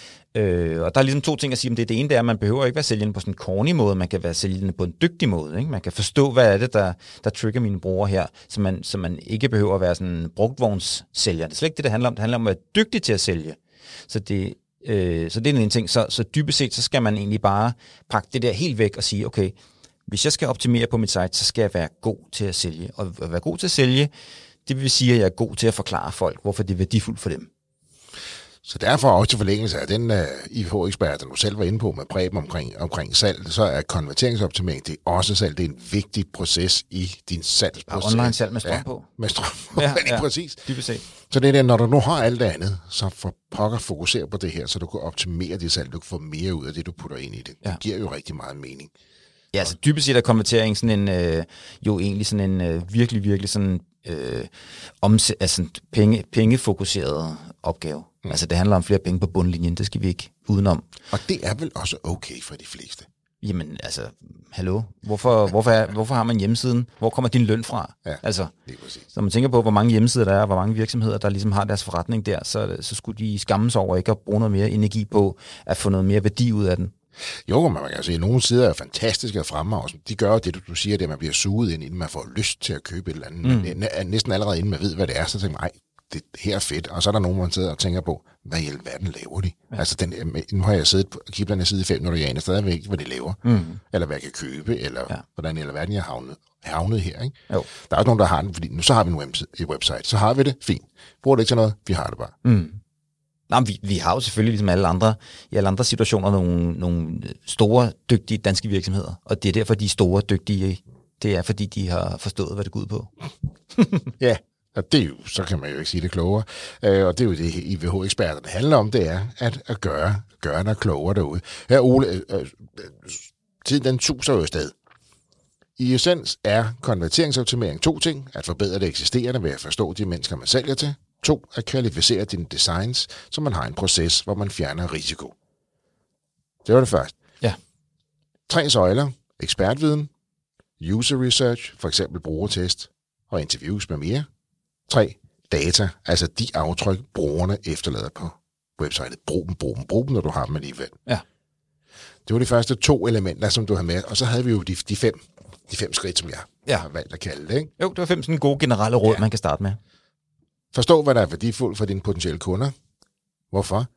Øh, og der er ligesom to ting at sige om det. Det ene det er, at man behøver ikke være sælgende på sådan en corny måde, man kan være sælgende på en dygtig måde. Ikke? Man kan forstå, hvad er det, der, der trigger mine brugere her, så man, så man ikke behøver at være sådan en brugtvogns-sælger. Det er slet ikke det, det handler om. Det handler om at være dygtig til at sælge. Så det, øh, så det er en ting. Så, så dybest set, så skal man egentlig bare pakke det der helt væk og sige, okay, hvis jeg skal optimere på mit site, så skal jeg være god til at sælge. Og at være god til at sælge, det vil sige, at jeg er god til at forklare folk, hvorfor det er værdifuldt for dem. Så derfor også til forlængelse af den uh, I V H-ekspert, der du selv var inde på med Preben omkring, omkring salg, så er konverteringsoptimering, det er også salg, det er en vigtig proces i din salgsproces. Ja, online salg med strøm ja, på. Med strøm på, ja, ja, præcis. Dybest set. Så det er det, når du nu har alt det andet, så for pokker fokusere på det her, så du kan optimere dit salg, du kan få mere ud af det, du putter ind i det. Ja. Det giver jo rigtig meget mening. Ja, altså dybest set er konvertering sådan en, øh, jo egentlig sådan en øh, virkelig, virkelig sådan øh, omse- altså penge, pengefokuseret opgave. Mm. Altså det handler om flere penge på bundlinjen, det skal vi ikke udenom. Og det er vel også okay for de fleste? Jamen altså, hallo, hvorfor, hvorfor, er, hvorfor har man hjemmesiden? Hvor kommer din løn fra? Ja, altså, lige præcis. Så man tænker på, hvor mange hjemmesider der er, og hvor mange virksomheder, der ligesom har deres forretning der, så, så skulle de skamme sig over ikke at bruge noget mere energi på at få noget mere værdi ud af den. Jo, men man kan sige, at nogle sider er fantastiske og fremragende. De gør jo det, du siger, det at man bliver suget ind, inden man får lyst til at købe et eller andet. Mm. Men næsten allerede inden man ved, hvad det er, så tænker man, ej, det her er fedt. Og så er der nogen, man sidder og tænker på, hvad i alverden laver de? Ja. Altså, den, nu har jeg siddet på Kiblerne side i fem minutter, jeg aner stadigvæk ikke, hvad de laver. Mm. Eller hvad jeg kan købe, eller ja. hvordan i alverden jeg har havnet, havnet her. Ikke? Jo. Der er også nogen, der har den, fordi nu så har vi en website. Så har vi det, fint. Bruger det ikke til noget, vi har det bare. Mm. Nå, vi, vi har jo selvfølgelig ligesom alle andre, i alle andre situationer nogle, nogle store, dygtige danske virksomheder. Og det er derfor, de er store, dygtige. Det er, fordi de har forstået, hvad det går ud på. Ja, og det er jo, så kan man jo ikke sige det klogere. Øh, og det er jo det, I V H-eksperterne handler om, det er at, at gøre, gøre dig klogere derude. Her, Ole, øh, øh, tiden den tuser jo afsted. I essens er konverteringsoptimering to ting. At forbedre det eksisterende ved at forstå de mennesker, man sælger til. To, at kvalificere dine designs, så man har en proces, hvor man fjerner risiko. Det var det første. Ja. Tre søjler ekspertviden, user research, for eksempel brugertest og interviews med mere. tre. Data, altså de aftryk, brugerne efterlader på websitet. Brug dem, brug dem, brug dem, når du har dem alligevel. Ja. Det var de første to elementer, som du har med, og så havde vi jo de, de, fem, de fem skridt, som jeg ja. har valgt at kalde det. Ikke? Jo, det var fem sådan gode generelle råd, ja. man kan starte med. Forstå, hvad der er værdifuldt for dine potentielle kunder. Hvorfor?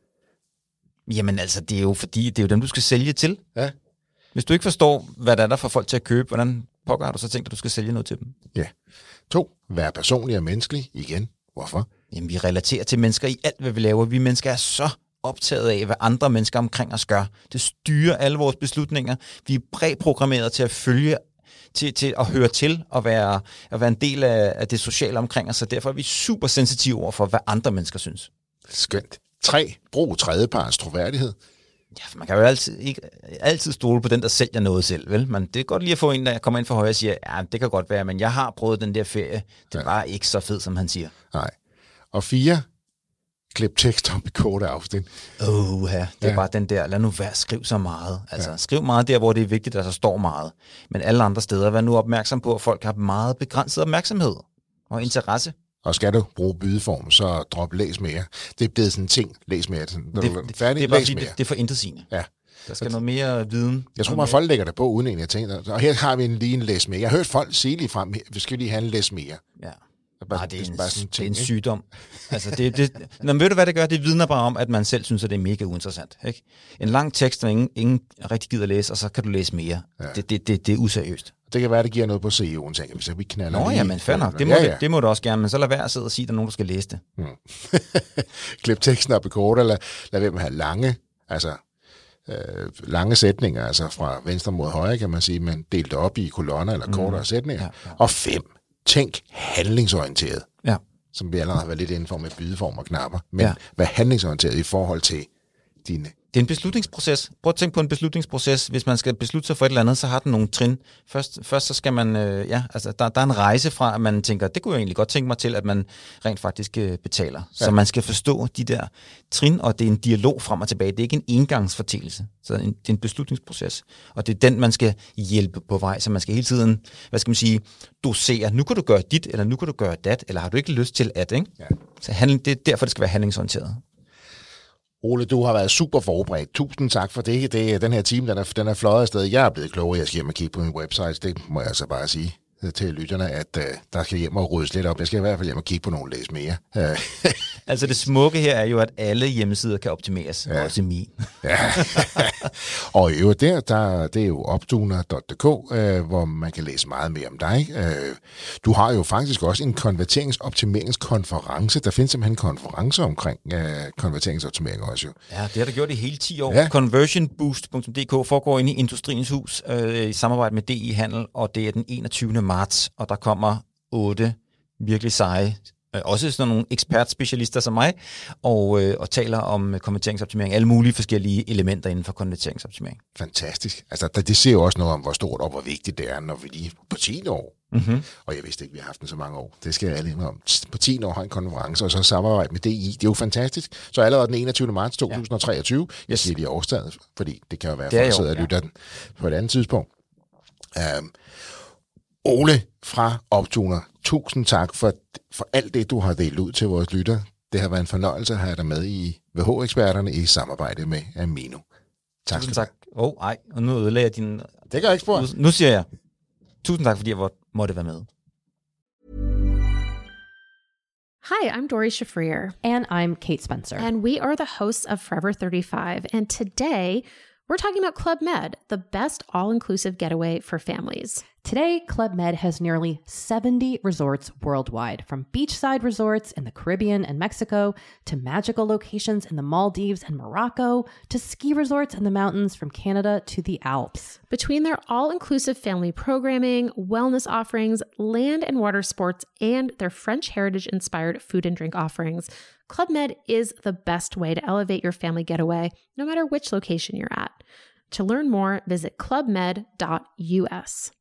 Jamen altså, det er jo fordi, det er jo dem, du skal sælge til. Ja. Hvis du ikke forstår, hvad der er der for folk til at købe, hvordan pokker har du så tænkt, at du skal sælge noget til dem? Ja. To. Vær personlig og menneskelig. Igen. Hvorfor? Jamen, vi relaterer til mennesker i alt, hvad vi laver. Vi mennesker er så optaget af, hvad andre mennesker omkring os gør. Det styrer alle vores beslutninger. Vi er præprogrammeret til at følge, til, til at høre til og være, at være en del af, af det sociale omkring os, så derfor er vi super sensitive over for, hvad andre mennesker synes. Skønt. Tre. Brug tredjeparts troværdighed. Ja, for man kan jo altid, ikke, altid stole på den, der sælger noget selv, vel? Men det er godt lige at få en, der kommer ind for højre og siger, ja, det kan godt være, men jeg har prøvet den der ferie. Det var ja. ikke så fed, som han siger. Nej. Og fire. Klip tekst op i korte afsnit. Åh, ja, det er ja. bare den der, lad nu være, skriv så meget. Altså, ja. skriv meget der, hvor det er vigtigt, at der står meget. Men alle andre steder, vær nu opmærksom på, at folk har meget begrænset opmærksomhed og interesse. Og skal du bruge bydeform, så drop læs mere. Det er blevet sådan en ting, læs mere. Når det, du er færdig, det er bare, læs mere. Det, det er for intetsigende. Ja. Der skal noget mere viden. Jeg tror, at folk lægger det på, uden en jeg tænker. Og her har vi en lige en læs mere. Jeg har hørt folk sige lige frem, vi skal lige have en læs mere. Ja. Det er, bare, Nej, det er, det er, en, bare sådan en, ting, det er en sygdom. Altså, det, det, når man ved du, hvad det gør? Det vidner bare om, at man selv synes, at det er mega uinteressant. Ikke? En lang tekst, hvor ingen, ingen rigtig gider læse, og så kan du læse mere. Ja. Det, det, det, det er useriøst. Det kan være, det giver noget på C E O'en, tænker vi, så vi knaller. Nå ja, men fair nok. Det må, ja, ja. det må du også gerne, men så lad være at sidde og sige, at der er nogen, der skal læse det. Hmm. Klip teksten op i kort, eller lad være med at have lange, altså øh, lange sætninger, altså fra venstre mod højre, kan man sige, men delt op i kolonner eller kortere mm. sætninger. Ja, ja. Og fem. Tænk handlingsorienteret. Ja. Som vi allerede har været lidt inden for med bydeform og knapper. Men ja. hvad handlingsorienteret i forhold til dine... Det er en beslutningsproces. Prøv at tænke på en beslutningsproces. Hvis man skal beslutte sig for et eller andet, så har den nogle trin. Først, først så skal man, øh, ja, altså der, der er en rejse fra, at man tænker, det kunne jeg egentlig godt tænke mig til, at man rent faktisk øh, betaler. Ja. Så man skal forstå de der trin, og det er en dialog frem og tilbage. Det er ikke en engangsfortælelse. Så det er en, det er en beslutningsproces. Og det er den, man skal hjælpe på vej. Så man skal hele tiden, hvad skal man sige, dosere. Nu kan du gøre dit, eller nu kan du gøre dat, eller har du ikke lyst til at, ikke? Ja. Så handling, det er derfor, det skal være handlingsorienteret. Ole, du har været super forberedt. Tusind tak for det. det den her time, den er, den er fløjet afsted. Jeg er blevet klogere. Jeg skal hjem og kigge på min website. Det må jeg så bare sige til lytterne, at uh, der skal hjem og ryddes lidt op. Jeg skal i hvert fald hjem og kigge på nogle læs mere. Altså det smukke her er jo, at alle hjemmesider kan optimeres. Ja. Også min. Ja. Og i øvrigt der, der, det er jo optuner punktum d k, uh, hvor man kan læse meget mere om dig. Uh, du har jo faktisk også en konverteringsoptimeringskonference. Der findes simpelthen en konference omkring uh, konverteringsoptimering også jo. Ja, det har der gjort i hele ti år. Ja. conversion boost punktum d k foregår inde i Industriens Hus uh, i samarbejde med D I Handel, og det er den enogtyvende marts, og der kommer otte virkelig seje, øh, også sådan nogle ekspertspecialister som mig, og, øh, og taler om konverteringsoptimering, alle mulige forskellige elementer inden for konverteringsoptimering. Fantastisk. Altså, det siger jo også noget om, hvor stort og hvor vigtigt det er, når vi lige på ti år, mm-hmm. og jeg vidste ikke, vi har haft den så mange år, det skal jeg alle om, på ti år har en konference, og så samarbejde med D I, det er jo fantastisk. Så allerede den enogtyvende marts to tusind og treogtyve, ja. Jeg siger lige årstallet, fordi det kan jo være, at folk sidder og lytter ja. den på et andet tidspunkt. Um, Ole fra Optuner, tusind tak for, for alt det, du har delt ud til vores lytter. Det har været en fornøjelse at have dig med i V H-eksperterne i samarbejde med Amino. Tak. Tusind tak. Åh, oh, ej, og nu ødelagde jeg din... Det gør ikke spor. Nu, nu siger jeg, tusind tak, fordi jeg måtte være med. Hi, I'm Dory Shafrir. And I'm Kate Spencer. And we are the hosts of Forever thirty-five. And today, we're talking about Club Med, the best all-inclusive getaway for families. Today, Club Med has nearly seventy resorts worldwide, from beachside resorts in the Caribbean and Mexico to magical locations in the Maldives and Morocco to ski resorts in the mountains from Canada to the Alps. Between their all-inclusive family programming, wellness offerings, land and water sports, and their French heritage-inspired food and drink offerings, Club Med is the best way to elevate your family getaway, no matter which location you're at. To learn more, visit club med dot u s.